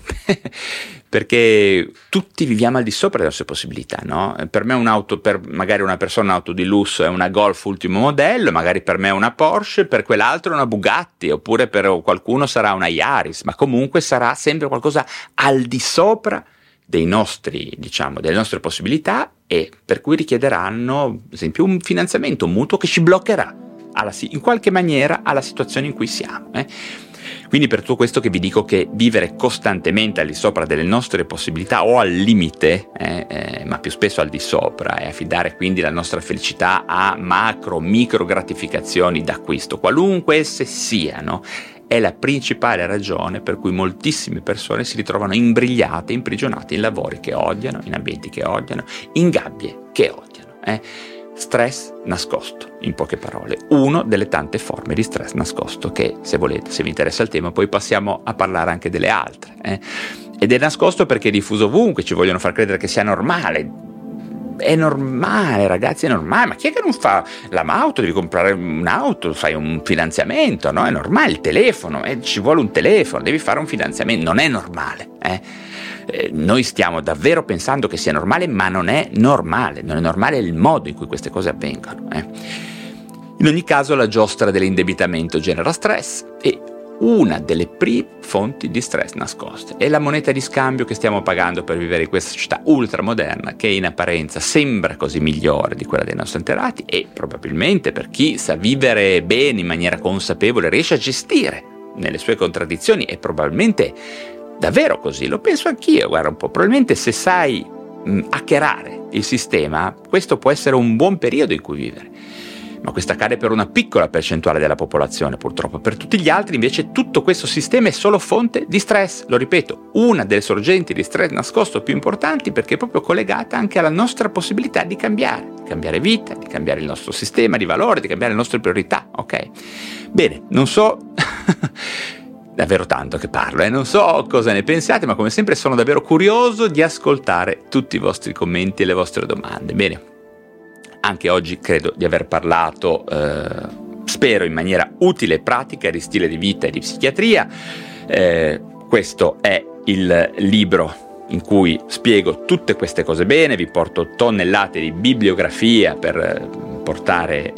Perché tutti viviamo al di sopra delle nostre possibilità, no? Per me un'auto, per magari una persona un'auto di lusso è una Golf ultimo modello, magari per me è una Porsche, per quell'altro è una Bugatti, oppure per qualcuno sarà una Yaris, ma comunque sarà sempre qualcosa al di sopra dei nostri, delle nostre possibilità, e per cui richiederanno, ad esempio, un finanziamento, un mutuo che ci bloccherà in qualche maniera alla situazione in cui siamo. Quindi per tutto questo che vi dico che vivere costantemente al di sopra delle nostre possibilità o al limite, ma più spesso al di sopra, e affidare quindi la nostra felicità a micro gratificazioni d'acquisto, qualunque esse siano, è la principale ragione per cui moltissime persone si ritrovano imbrigliate, imprigionate in lavori che odiano, in ambienti che odiano, in gabbie che odiano. Stress nascosto, in poche parole, uno delle tante forme di stress nascosto che, se volete, se vi interessa il tema, poi passiamo a parlare anche delle altre. Ed è nascosto perché è diffuso ovunque, ci vogliono far credere che sia normale è normale, ragazzi, è normale. Ma chi è che non fa l'auto? Devi comprare un'auto, fai un finanziamento, no? È normale. Il telefono, ci vuole un telefono, devi fare un finanziamento. Non è normale, noi stiamo davvero pensando che sia normale, ma non è normale il modo in cui queste cose avvengono. In ogni caso, la giostra dell'indebitamento genera stress, e una delle prime fonti di stress nascoste è la moneta di scambio che stiamo pagando per vivere in questa società ultramoderna, che in apparenza sembra così migliore di quella dei nostri antenati, e probabilmente per chi sa vivere bene in maniera consapevole riesce a gestire nelle sue contraddizioni, e probabilmente davvero così, lo penso anch'io, guarda un po', probabilmente se sai hackerare il sistema, questo può essere un buon periodo in cui vivere. Ma questo accade per una piccola percentuale della popolazione, purtroppo. Per tutti gli altri, invece, tutto questo sistema è solo fonte di stress. Lo ripeto, una delle sorgenti di stress nascosto più importanti, perché è proprio collegata anche alla nostra possibilità di cambiare vita, di cambiare il nostro sistema di valori, di cambiare le nostre priorità, ok? Bene, non so davvero tanto che parlo, non so cosa ne pensate, ma come sempre sono davvero curioso di ascoltare tutti i vostri commenti e le vostre domande. Bene. Anche oggi credo di aver parlato, spero in maniera utile e pratica, di stile di vita e di psichiatria. Questo è il libro in cui spiego tutte queste cose bene, vi porto tonnellate di bibliografia per portare,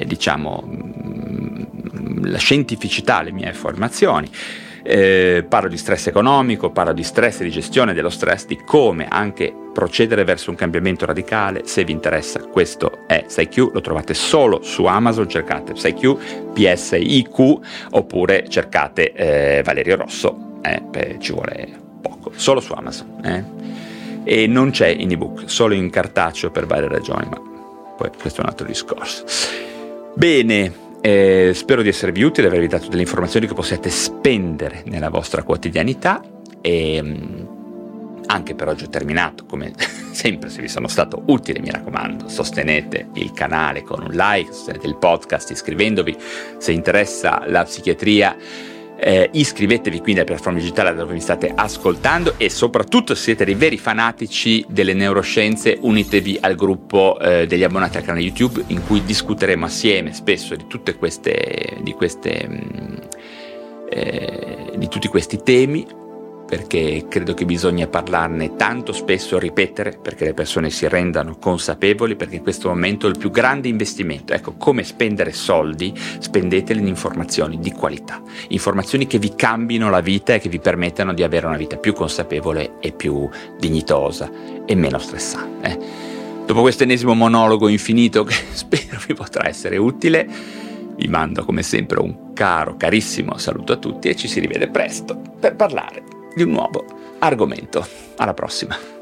la scientificità alle mie affermazioni. Parlo di stress economico, parlo di stress e di gestione dello stress, di come anche procedere verso un cambiamento radicale. Se vi interessa, questo è PsyQ, lo trovate solo su Amazon, cercate PsyQ, PSIQ, oppure cercate Valerio Rosso, ci vuole poco, solo su Amazon, e non c'è in ebook, solo in cartaceo per varie ragioni, ma poi questo è un altro discorso. Bene. Spero di esservi utile, avervi dato delle informazioni che possiate spendere nella vostra quotidianità, e anche per oggi ho terminato. Come sempre, se vi sono stato utile, mi raccomando, sostenete il canale con un like, sostenete il podcast iscrivendovi. Se interessa la psichiatria, iscrivetevi quindi alla piattaforma digitale dove mi state ascoltando, e soprattutto, se siete dei veri fanatici delle neuroscienze, unitevi al gruppo degli abbonati al canale YouTube, in cui discuteremo assieme spesso di tutti questi temi, perché credo che bisogna parlarne tanto spesso, ripetere, perché le persone si rendano consapevoli, perché in questo momento è il più grande investimento. Ecco, come spendere soldi, spendeteli in informazioni di qualità, informazioni che vi cambino la vita e che vi permettano di avere una vita più consapevole e più dignitosa e meno stressante. Dopo questo ennesimo monologo infinito, che spero vi potrà essere utile, vi mando come sempre un carissimo saluto a tutti, e ci si rivede presto per parlare di un nuovo argomento. Alla prossima.